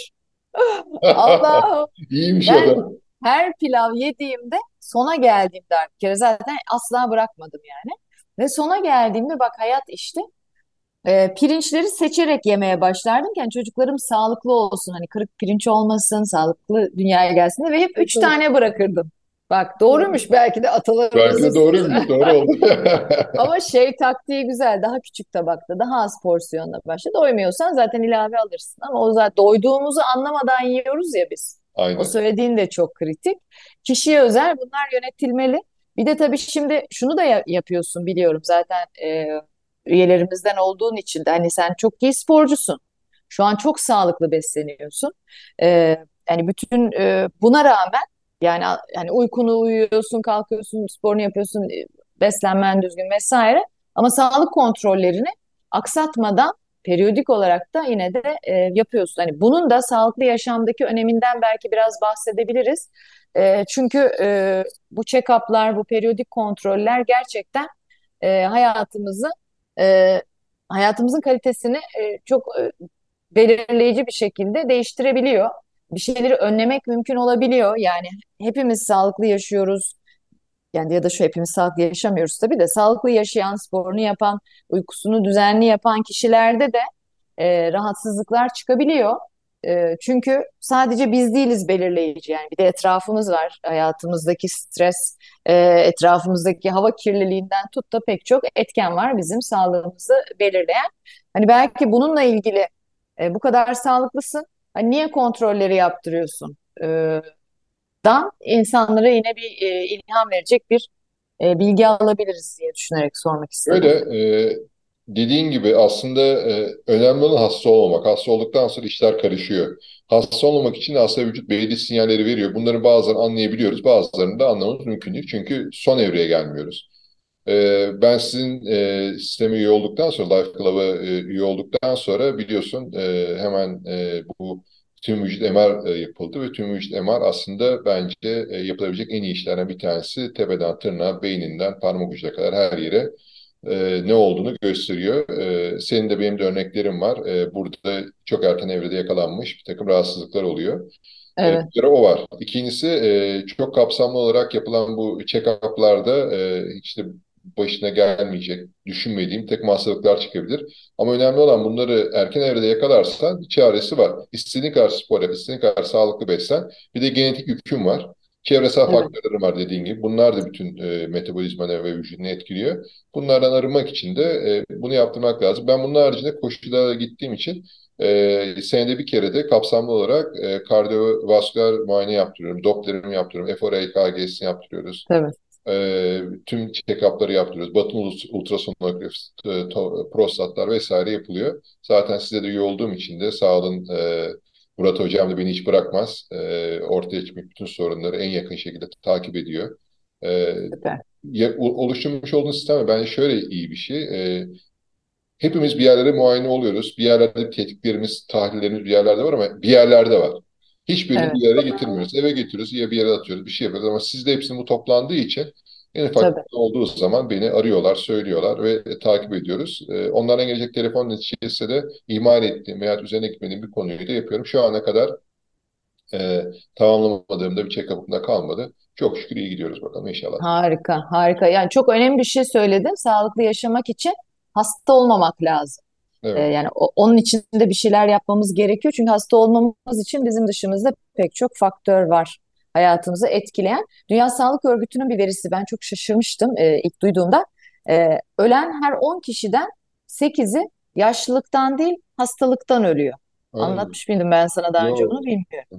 Allah'ım. İyiymiş o Ben da. her pilav yediğimde sona geldiğimde bir kere zaten asla bırakmadım yani. Ve sona geldiğimde bak hayat işte e, pirinçleri seçerek yemeye başlardım ki hani çocuklarım sağlıklı olsun hani kırık pirinç olmasın sağlıklı dünyaya gelsin diye ve hep üç tane bırakırdım. Bak doğrummuş belki de Belki de atalarımızın doğruymuş, doğru oldu. ama şey taktiği güzel daha küçük tabakta daha az porsiyonla başla doymuyorsan zaten ilave alırsın ama o zaten doyduğumuzu anlamadan yiyoruz ya biz. O Aynen. söylediğin de çok kritik. Kişiye özel bunlar yönetilmeli. Bir de tabii şimdi şunu da ya- yapıyorsun biliyorum zaten e, üyelerimizden olduğun için de hani sen çok iyi sporcusun. Şu an çok sağlıklı besleniyorsun. E, Yani bütün e, buna rağmen yani yani uykunu uyuyorsun, kalkıyorsun, sporunu yapıyorsun, e, beslenmen düzgün vesaire. Ama sağlık kontrollerini aksatmadan periyodik olarak da yine de e, yapıyorsun. Hani bunun da sağlıklı yaşamdaki öneminden belki biraz bahsedebiliriz. E, çünkü e, bu check-up'lar, bu periyodik kontroller gerçekten e, hayatımızı e, hayatımızın kalitesini e, çok e, belirleyici bir şekilde değiştirebiliyor. Bir şeyleri önlemek mümkün olabiliyor. Yani hepimiz sağlıklı yaşıyoruz. Yani ya da şu hepimiz sağlıklı yaşamıyoruz tabii de sağlıklı yaşayan, sporunu yapan, uykusunu düzenli yapan kişilerde de e, rahatsızlıklar çıkabiliyor. E, çünkü sadece biz değiliz belirleyici yani bir de etrafımız var. Hayatımızdaki stres, e, etrafımızdaki hava kirliliğinden tut da pek çok etken var bizim sağlığımızı belirleyen. Hani belki bununla ilgili e, bu kadar sağlıklısın. Hani niye kontrolleri yaptırıyorsun? E, Dan insanlara yine bir e, ilham verecek bir e, bilgi alabiliriz diye düşünerek sormak Öyle istedim. e, dediğin gibi aslında e, önemli olan hasta olmamak. Hasta olduktan sonra işler karışıyor. Hasta olmamak için de aslında vücut belli sinyalleri veriyor. Bunları bazen anlayabiliyoruz, bazılarını da anlamamız mümkün değil. Çünkü son evreye gelmiyoruz. Ee, ben sizin e, sisteme üye olduktan sonra, Life Club'a e, üye olduktan sonra biliyorsun e, hemen e, bu tüm vücut M R e, yapıldı ve tüm vücut M R aslında bence e, yapılabilecek en iyi işlerden bir tanesi. Tepeden tırnağa, beyninden parmak ucuna kadar her yere e, ne olduğunu gösteriyor. E, senin de benim de örneklerim var. E, burada çok erken evrede yakalanmış bir takım rahatsızlıklar oluyor. E, bir Evet, kere o var. İkincisi e, çok kapsamlı olarak yapılan bu check-up'larda e, işte başına gelmeyecek, düşünmediğim tek hastalıklar çıkabilir. Ama önemli olan bunları erken evrede yakalarsan bir çaresi var. İstediğin kadar spor yap, istediğin kadar sağlıklı beslen. Bir de genetik yükün var. Çevresel evet. faktörlerin var dediğin gibi. Bunlar da bütün e, metabolizmanı ve vücudunu etkiliyor. Bunlardan arınmak için de e, bunu yaptırmak lazım. Ben bunun haricinde koşulara gittiğim için e, senede bir kere de kapsamlı olarak e, kardiyovasküler muayene yaptırıyorum. Dopplerimi yaptırıyorum. F R E K G'sini yaptırıyoruz. Tabii. E, tüm check-up'ları yaptırıyoruz. Batın ulus- ultrasonografisi, e, to- prostatlar vesaire yapılıyor. Zaten size de üye olduğum için de sağ olun, e, Murat Hocam da beni hiç bırakmaz. E, ortaya çıkmış bütün sorunları en yakın şekilde takip ediyor. E, Süper. ya- o- oluşturmuş olduğunuz sistem bence şöyle iyi bir şey. E, hepimiz bir yerlere muayene oluyoruz. Bir yerlerde tetkiklerimiz, tahlillerimiz bir yerlerde var ama bir yerlerde var. Hiçbirini Evet, bir yere getirmiyoruz. Eve getiriyoruz ya bir yere atıyoruz, bir şey yapıyoruz ama sizde hepsinin bu toplandığı için en ufak tabii. bir şey olduğu zaman beni arıyorlar, söylüyorlar ve e, takip ediyoruz. E, onlardan gelecek telefon neticesi de ihmal ettiğim veya üzerine gitmediğim bir konuyu da yapıyorum. Şu ana kadar e, tamamlamadığımda bir check-up'ımda kalmadı. Çok şükür iyi gidiyoruz bakalım inşallah. Harika, harika. Yani çok önemli bir şey söyledin. Sağlıklı yaşamak için hasta olmamak lazım. Ee, Evet. yani o- onun için de bir şeyler yapmamız gerekiyor. Çünkü hasta olmamız için bizim dışımızda pek çok faktör var hayatımızı etkileyen. Dünya Sağlık Örgütü'nün bir verisi, ben çok şaşırmıştım e, ilk duyduğumda. Ee, ölen her on kişiden sekizi yaşlılıktan değil hastalıktan ölüyor. Aynen. Anlatmış mıydım ben sana daha önce, Yok. bunu bilmiyorum.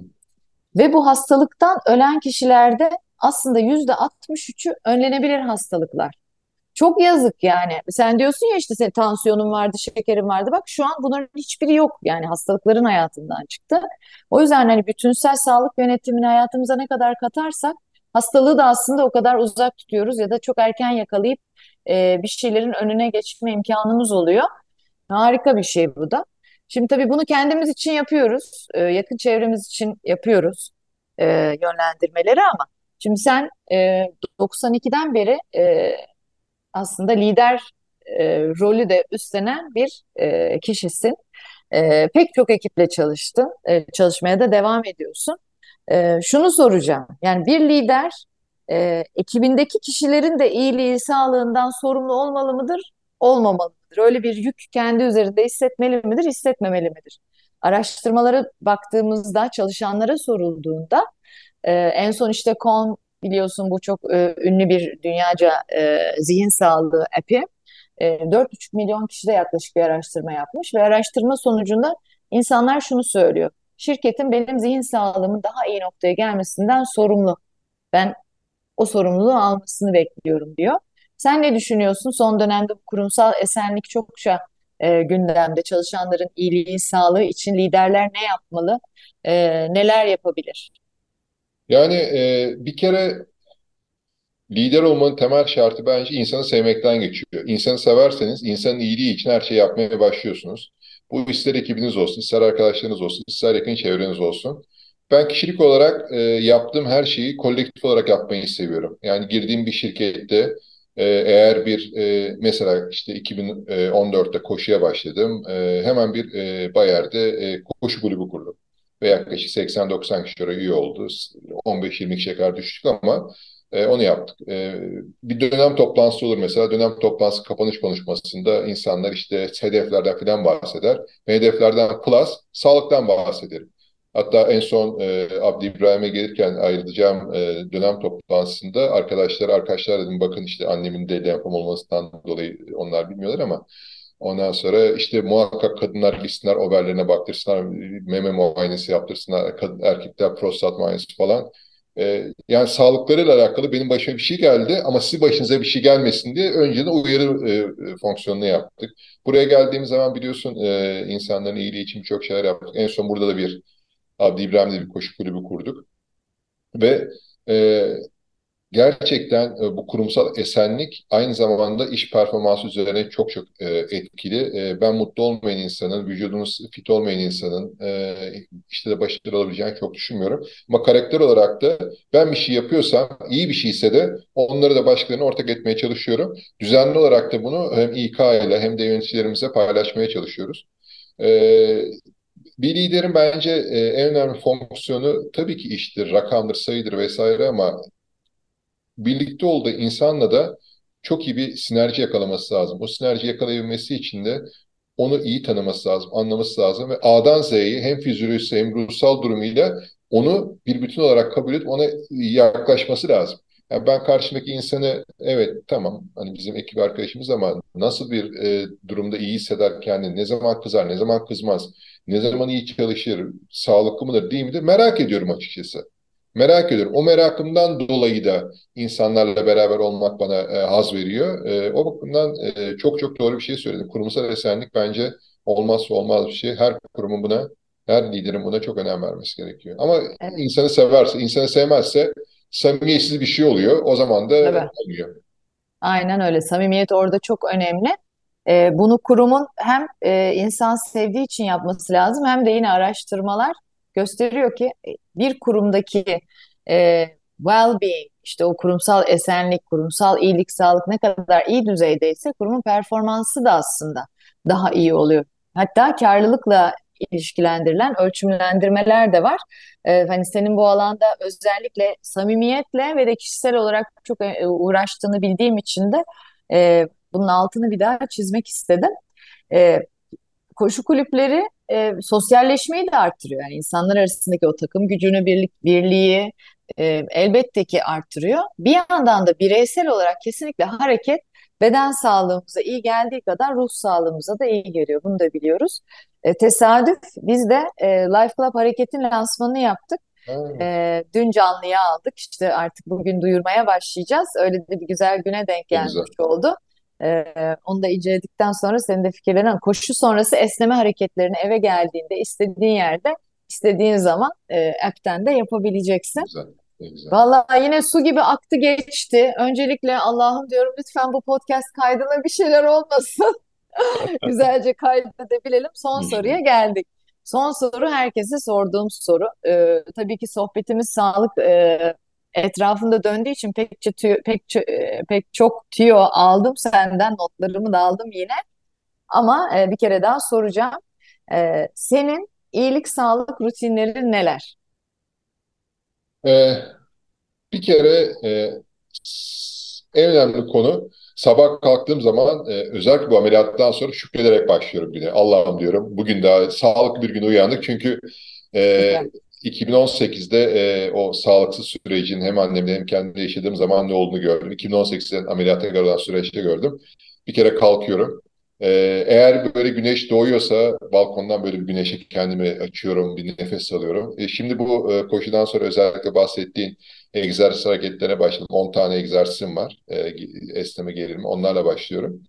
Ve bu hastalıktan ölen kişilerde aslında yüzde altmış üçü önlenebilir hastalıklar. Çok yazık yani. Sen diyorsun ya, işte senin tansiyonun vardı, şekerin vardı. Bak şu an bunların hiçbiri yok. Yani hastalıkların hayatından çıktı. O yüzden hani bütünsel sağlık yönetimini hayatımıza ne kadar katarsak hastalığı da aslında o kadar uzak tutuyoruz ya da çok erken yakalayıp e, bir şeylerin önüne geçme imkanımız oluyor. Harika bir şey bu da. Şimdi tabii bunu kendimiz için yapıyoruz. E, yakın çevremiz için yapıyoruz e, yönlendirmeleri ama şimdi sen e, doksan ikiden beri e, aslında lider e, rolü de üstlenen bir e, kişisin. E, pek çok ekiple çalıştın, e, çalışmaya da devam ediyorsun. E, şunu soracağım, yani bir lider e, ekibindeki kişilerin de iyiliği, sağlığından sorumlu olmalı mıdır, olmamalı mıdır? Öyle bir yük kendi üzerinde hissetmeli midir, hissetmemeli midir? Araştırmalara baktığımızda, çalışanlara sorulduğunda ee, en son işte Calm, biliyorsun, bu çok e, ünlü bir dünyaca e, zihin sağlığı app'i. E, dört buçuk milyon kişide yaklaşık bir araştırma yapmış ve araştırma sonucunda insanlar şunu söylüyor. Şirketin benim zihin sağlığımın daha iyi noktaya gelmesinden sorumlu. Ben o sorumluluğu almasını bekliyorum diyor. Sen ne düşünüyorsun? Son dönemde bu kurumsal esenlik çokça e, gündemde. Çalışanların iyiliği, sağlığı için liderler ne yapmalı? E, neler yapabilir? Yani e, bir kere lider olmanın temel şartı bence insanı sevmekten geçiyor. İnsanı severseniz insanın iyiliği için her şeyi yapmaya başlıyorsunuz. Bu ister ekibiniz olsun, ister arkadaşlarınız olsun, ister yakın çevreniz olsun. Ben kişilik olarak e, yaptığım her şeyi kolektif olarak yapmayı seviyorum. Yani girdiğim bir şirkette e, eğer bir e, mesela işte iki bin on dörtte koşuya başladım. E, hemen bir e, Bayer'de e, koşu kulübü kurdum. Ve yaklaşık seksen doksan kişi oraya üye oldu. on beş yirmi kişiye kadar düştük ama e, onu yaptık. E, bir dönem toplantısı olur mesela. Dönem toplantısı kapanış konuşmasında insanlar işte hedeflerden falan bahseder. Ve hedeflerden plus sağlıktan bahsederim. Hatta en son e, Abdi İbrahim'e gelirken ayrılacağım e, dönem toplantısında arkadaşlar arkadaşlar dedim bakın işte annemin de lenfom olmasından dolayı onlar bilmiyorlar ama ondan sonra işte muhakkak kadınlar gitsinler overlerine baktırsınlar, meme muayenesi yaptırsınlar, kadın, erkekler prostat muayenesi falan. Ee, yani sağlıklarıyla alakalı benim başıma bir şey geldi ama sizin başınıza bir şey gelmesin diye önceden uyarı e, e, fonksiyonunu yaptık. Buraya geldiğimiz zaman biliyorsun e, insanların iyiliği için birçok şeyler yaptık. En son burada da bir Abdi İbrahim'de bir koşu kulübü kurduk ve e, gerçekten e, bu kurumsal esenlik aynı zamanda iş performansı üzerine çok çok e, etkili. E, ben mutlu olmayan insanın, vücudunuz fit olmayan insanın e, işte de başarılı olabileceğini çok düşünmüyorum. Ama karakter olarak da ben bir şey yapıyorsam, iyi bir şeyse de onları da başkalarına ortak etmeye çalışıyorum. Düzenli olarak da bunu hem İK ile hem de yöneticilerimize paylaşmaya çalışıyoruz. E, Bir liderin bence e, en önemli fonksiyonu tabii ki iştir, rakamdır, sayıdır vesaire ama birlikte olduğu insanla da çok iyi bir sinerji yakalaması lazım. O sinerji yakalayabilmesi için de onu iyi tanıması lazım, anlaması lazım ve A'dan Z'ye hem fizyolojisi hem ruhsal durumuyla onu bir bütün olarak kabul edip ona yaklaşması lazım. Yani ben karşımdaki insanı evet tamam hani bizim ekip arkadaşımız ama nasıl bir e, durumda iyi hisseder kendini, ne zaman kızar, ne zaman kızmaz, ne zaman iyi çalışır, sağlıklı mıdır, değil midir merak ediyorum açıkçası. Merak ediyorum. O merakımdan dolayı da insanlarla beraber olmak bana e, haz veriyor. E, o bakımdan e, çok çok doğru bir şey söyledim. Kurumsal esenlik bence olmazsa olmaz bir şey. Her kurumun buna, her liderin buna çok önem vermesi gerekiyor. Ama Evet, insanı severse, insanı sevmezse samimiyetsiz bir şey oluyor. O zaman da tabii. olmuyor. Aynen öyle. Samimiyet orada çok önemli. Ee, bunu kurumun hem e, insan sevdiği için yapması lazım hem de yine araştırmalar gösteriyor ki e, bir kurumdaki e, well-being, işte o kurumsal esenlik, kurumsal iyilik, sağlık ne kadar iyi düzeydeyse kurumun performansı da aslında daha iyi oluyor. Hatta karlılıkla ilişkilendirilen ölçümlendirmeler de var. Ee, hani senin bu alanda özellikle samimiyetle ve de kişisel olarak çok e, uğraştığını bildiğim için de e, bunun altını bir daha çizmek istedim. E, Koşu kulüpleri e, sosyalleşmeyi de arttırıyor. Yani insanlar arasındaki o takım gücünü, birlik, birliği e, elbette ki arttırıyor. Bir yandan da bireysel olarak kesinlikle hareket beden sağlığımıza iyi geldiği kadar ruh sağlığımıza da iyi geliyor. Bunu da biliyoruz. E, tesadüf biz de e, Life Club Hareket'in lansmanını yaptık. Ha, E, dün canlıya aldık. İşte artık bugün duyurmaya başlayacağız. Öyle de bir güzel güne denk ne güzel. gelmiş oldu. E, Onu da inceledikten sonra senin de fikirlerin. Koşu sonrası esneme hareketlerini eve geldiğinde istediğin yerde, istediğin zaman e, app'ten de Ne yapabileceksin. güzel. Ne güzel. Vallahi yine su gibi aktı geçti. Öncelikle Allah'ım diyorum lütfen bu podcast kaydına bir şeyler olmasın. Güzelce kaydedebilelim. Son soruya İnşallah. geldik. Son soru herkese sorduğum soru. Ee, tabii ki sohbetimiz sağlık e, etrafında döndüğü için pek, tüyo, pek, ço- e, pek çok tüyo aldım senden, notlarımı da aldım yine. Ama e, bir kere daha soracağım. Ee, senin iyilik sağlık rutinlerin neler? Ee, Bir kere e, s- en önemli konu sabah kalktığım zaman e, özellikle bu ameliyattan sonra şükrederek başlıyorum güne. Allah'ım diyorum bugün daha sağlıklı bir gün uyandık. Çünkü e, Süper. iki bin on sekizde e, o sağlıksız sürecin hem annemde hem kendi yaşadığım zaman ne olduğunu gördüm. iki bin on sekizden ameliyata kadar olan süreçte gördüm. Bir kere kalkıyorum. E, Eğer böyle güneş doğuyorsa balkondan böyle bir güneşe kendimi açıyorum, bir nefes alıyorum. E, şimdi bu e, koşudan sonra özellikle bahsettiğin egzersiz hareketlerine başladım. on tane egzersizim var. E, esneme gerilimi. Onlarla başlıyorum.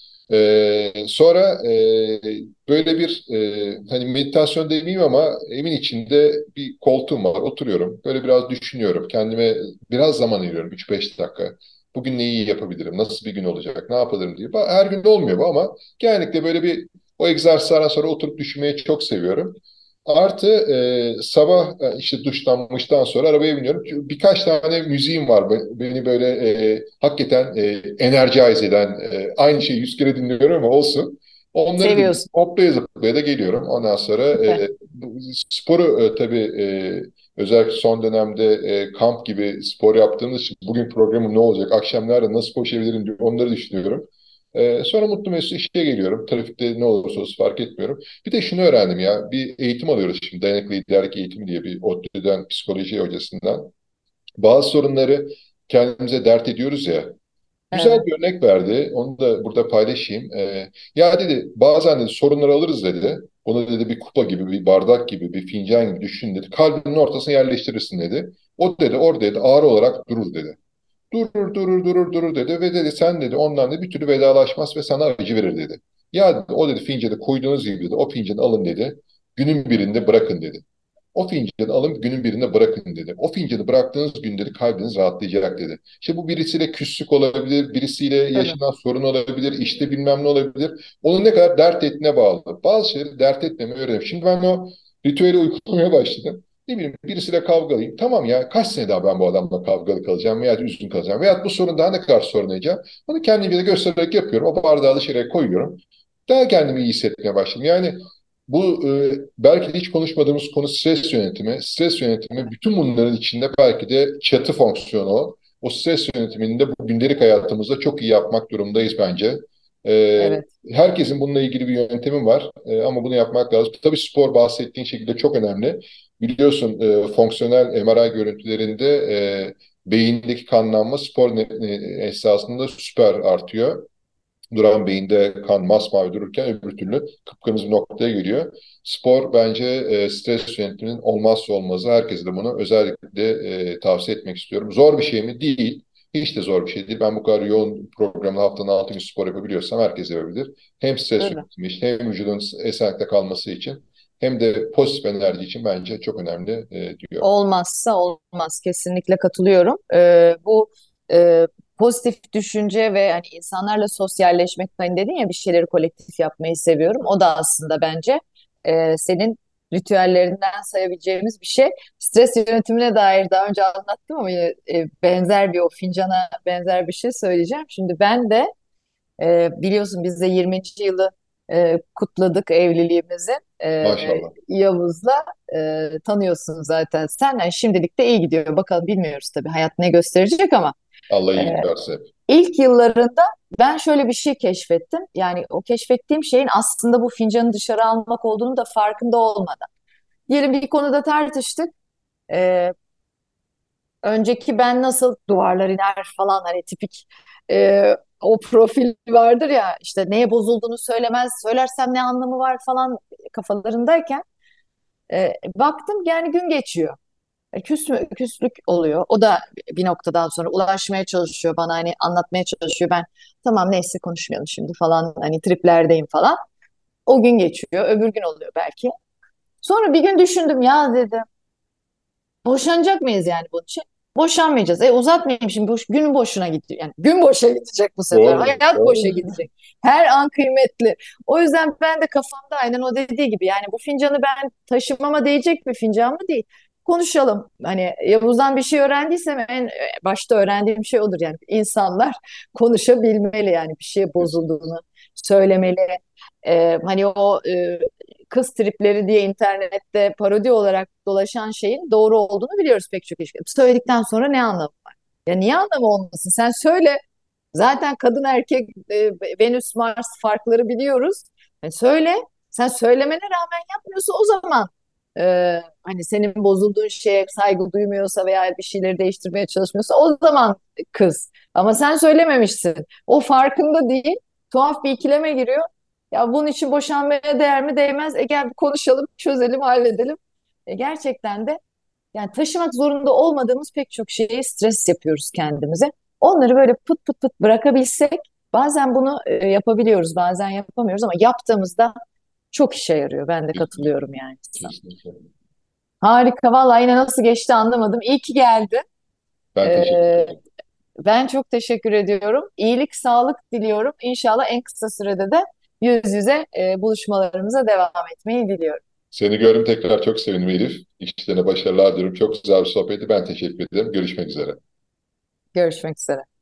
E, sonra e, böyle bir e, hani meditasyon demeyeyim ama evin içinde bir koltuğum var. Oturuyorum. Böyle biraz düşünüyorum. Kendime biraz zaman ayırıyorum. üç beş dakika. Bugün neyi yapabilirim? Nasıl bir gün olacak? Ne yapabilirim diye. Her gün olmuyor bu ama genellikle böyle bir o egzersizlerden sonra oturup düşünmeyi çok seviyorum. Artı e, sabah e, işte duşlanmıştan sonra arabaya biniyorum. Çünkü birkaç tane müziğim var. Be- Beni böyle e, hakikaten e, energize eden, e, aynı şeyi yüz kere dinliyorum ama olsun. Onları dinliyorum. Seviyorsun. Hoplaya zıplaya da geliyorum. Ondan sonra Süper. e, bu sporu e, tabii e, özellikle son dönemde e, kamp gibi spor yaptığımız için bugün programım ne olacak, akşamlarda nasıl koşabilirim diye onları düşünüyorum. E, sonra mutlu mesut işe geliyorum. Trafikte ne olursa olsun fark etmiyorum. Bir de şunu öğrendim ya, bir eğitim alıyoruz şimdi, dayanıklı liderlik eğitimi diye bir ODTÜ'den psikoloji hocasından. Bazı sorunları kendimize dert ediyoruz ya, güzel Evet. bir örnek verdi, onu da burada paylaşayım. Ee, ya dedi, bazen dedi sorunları alırız dedi, onu dedi bir kupa gibi, bir bardak gibi, bir fincan gibi düşün dedi, kalbinin ortasına yerleştirirsin dedi. O dedi orada dedi ağır olarak durur dedi. Durur durur durur durur dedi ve dedi sen dedi ondan da bir türlü vedalaşmaz ve sana acı verir dedi. Ya dedi, o dedi fincanı koyduğunuz gibi dedi o fincanı alın dedi. Günün birinde bırakın dedi. O fincanı alın günün birinde bırakın dedi. O fincanı bıraktığınız gün dedi kalbiniz rahatlayacak dedi. İşte bu birisiyle küslük olabilir, birisiyle Tabii. yaşanan sorun olabilir, işte bilmem ne olabilir. Onun ne kadar dert ettiğine bağlı. Bazı şeyleri dert etmemeyi öğrendim. Şimdi ben o ritüeli uygulamaya başladım. Ne bileyim birisiyle kavgalıyım. Tamam ya kaç sene daha ben bu adamla kavgalı kalacağım veya üzgün kalacağım veya bu sorun daha ne kadar sorunlayacağım. Bunu kendime de göstererek yapıyorum. O bardağı dışarıya koyuyorum. Daha kendimi iyi hissetmeye başladım. Yani bu e, belki de hiç konuşmadığımız konu stres yönetimi. Stres yönetimi bütün bunların içinde belki de çatı fonksiyonu o. O stres yönetimini de bu gündelik hayatımızda çok iyi yapmak durumundayız bence. E, Evet. Herkesin bununla ilgili bir yöntemi var e, ama bunu yapmak lazım. Tabii spor bahsettiğin şekilde çok önemli. Biliyorsun e, fonksiyonel M R I görüntülerinde e, beyindeki kanlanma spor ne- ne- esnasında süper artıyor. Duran beyinde kan masmavi dururken öbür türlü kıpkırmızı bir noktaya geliyor. Spor bence e, stres yönetiminin olmazsa olmazı. Herkese de bunu özellikle e, tavsiye etmek istiyorum. Zor bir şey mi? Değil. Hiç de zor bir şey değil. Ben bu kadar yoğun programda haftanın altı gün spor yapabiliyorsam herkes yapabilir. Hem stres Tabii. yönetimi için hem vücudun esenlikte kalması için hem de pozitif enerji için bence çok önemli e, diyor. Olmazsa olmaz. Kesinlikle katılıyorum. Ee, bu e, pozitif düşünce ve hani insanlarla sosyalleşmek, hani dedin ya bir şeyleri kolektif yapmayı seviyorum. O da aslında bence e, senin ritüellerinden sayabileceğimiz bir şey. Stres yönetimine dair daha önce anlattım ama yine e, benzer bir o fincana benzer bir şey söyleyeceğim. Şimdi ben de e, biliyorsun biz de yirminci yılı e, kutladık evliliğimizi. E, Maşallah. Yavuz'la e, tanıyorsun zaten sen. Yani şimdilik de iyi gidiyor. Bakalım bilmiyoruz tabii hayat ne gösterecek ama Allah e, iyilik versin hep. ilk yıllarında ben şöyle bir şey keşfettim. Yani o keşfettiğim şeyin aslında bu fincanı dışarı almak olduğunu da farkında olmadan. Diyelim bir konuda tartıştık. E, Önceki ben nasıl duvarlar iner falan hani tipik e, o profil vardır ya işte neye bozulduğunu söylemez, söylersem ne anlamı var falan kafalarındayken e, baktım yani gün geçiyor. E, Küs mü, küslük oluyor. O da bir noktadan sonra ulaşmaya çalışıyor bana hani anlatmaya çalışıyor. Ben tamam neyse konuşmayalım şimdi falan hani triplerdeyim falan. O gün geçiyor, öbür gün oluyor belki. Sonra bir gün düşündüm ya dedim. Boşanacak mıyız yani bunun için? Boşanmayacağız. E uzatmayayım şimdi boş, gün boşuna gidiyor. Yani gün boşa gidecek bu sefer. Doğru, Hayat boşa doğru. gidecek. Her an kıymetli. O yüzden ben de kafamda aynen o dediği gibi yani bu fincanı ben taşımama değecek bir fincan mı değil. Konuşalım. Hani Yavuz'dan bir şey öğrendiysem en başta öğrendiğim şey odur yani. İnsanlar konuşabilmeli yani bir şeye Kesinlikle. bozulduğunu söylemeli. Ee, hani o e, kız tripleri diye internette parodi olarak dolaşan şeyin doğru olduğunu biliyoruz pek çok ilişkide. Söyledikten sonra ne anlamı var? Ya niye anlamı olmasın? Sen söyle. Zaten kadın erkek e, Venüs Mars farkları biliyoruz. Yani söyle. Sen söylemene rağmen yapmıyorsa o zaman e, hani senin bozulduğun şeye saygı duymuyorsa veya bir şeyleri değiştirmeye çalışmıyorsa o zaman kız. Ama sen söylememişsin. O farkında değil. Tuhaf bir ikileme giriyor. Ya bunun için boşanmaya değer mi değmez? E gel bir konuşalım, çözelim, halledelim. E gerçekten de yani taşımak zorunda olmadığımız pek çok şeyi stres yapıyoruz kendimize. Onları böyle pıt pıt pıt bırakabilsek bazen bunu e, yapabiliyoruz, bazen yapamıyoruz ama yaptığımızda çok işe yarıyor. Ben de Kesinlikle. katılıyorum yani sana. Kesinlikle. Harika. Vallahi yine nasıl geçti anlamadım. İyi ki geldi. Ben teşekkür Ee, ederim. Ben çok teşekkür ediyorum. İyilik, sağlık diliyorum. İnşallah en kısa sürede de yüz yüze e, buluşmalarımıza devam etmeyi diliyorum. Seni gördüm tekrar çok sevindim Elif. İşlerine başarılar diliyorum. Çok güzel bir sohbeti. Ben teşekkür ederim. Görüşmek üzere. Görüşmek üzere.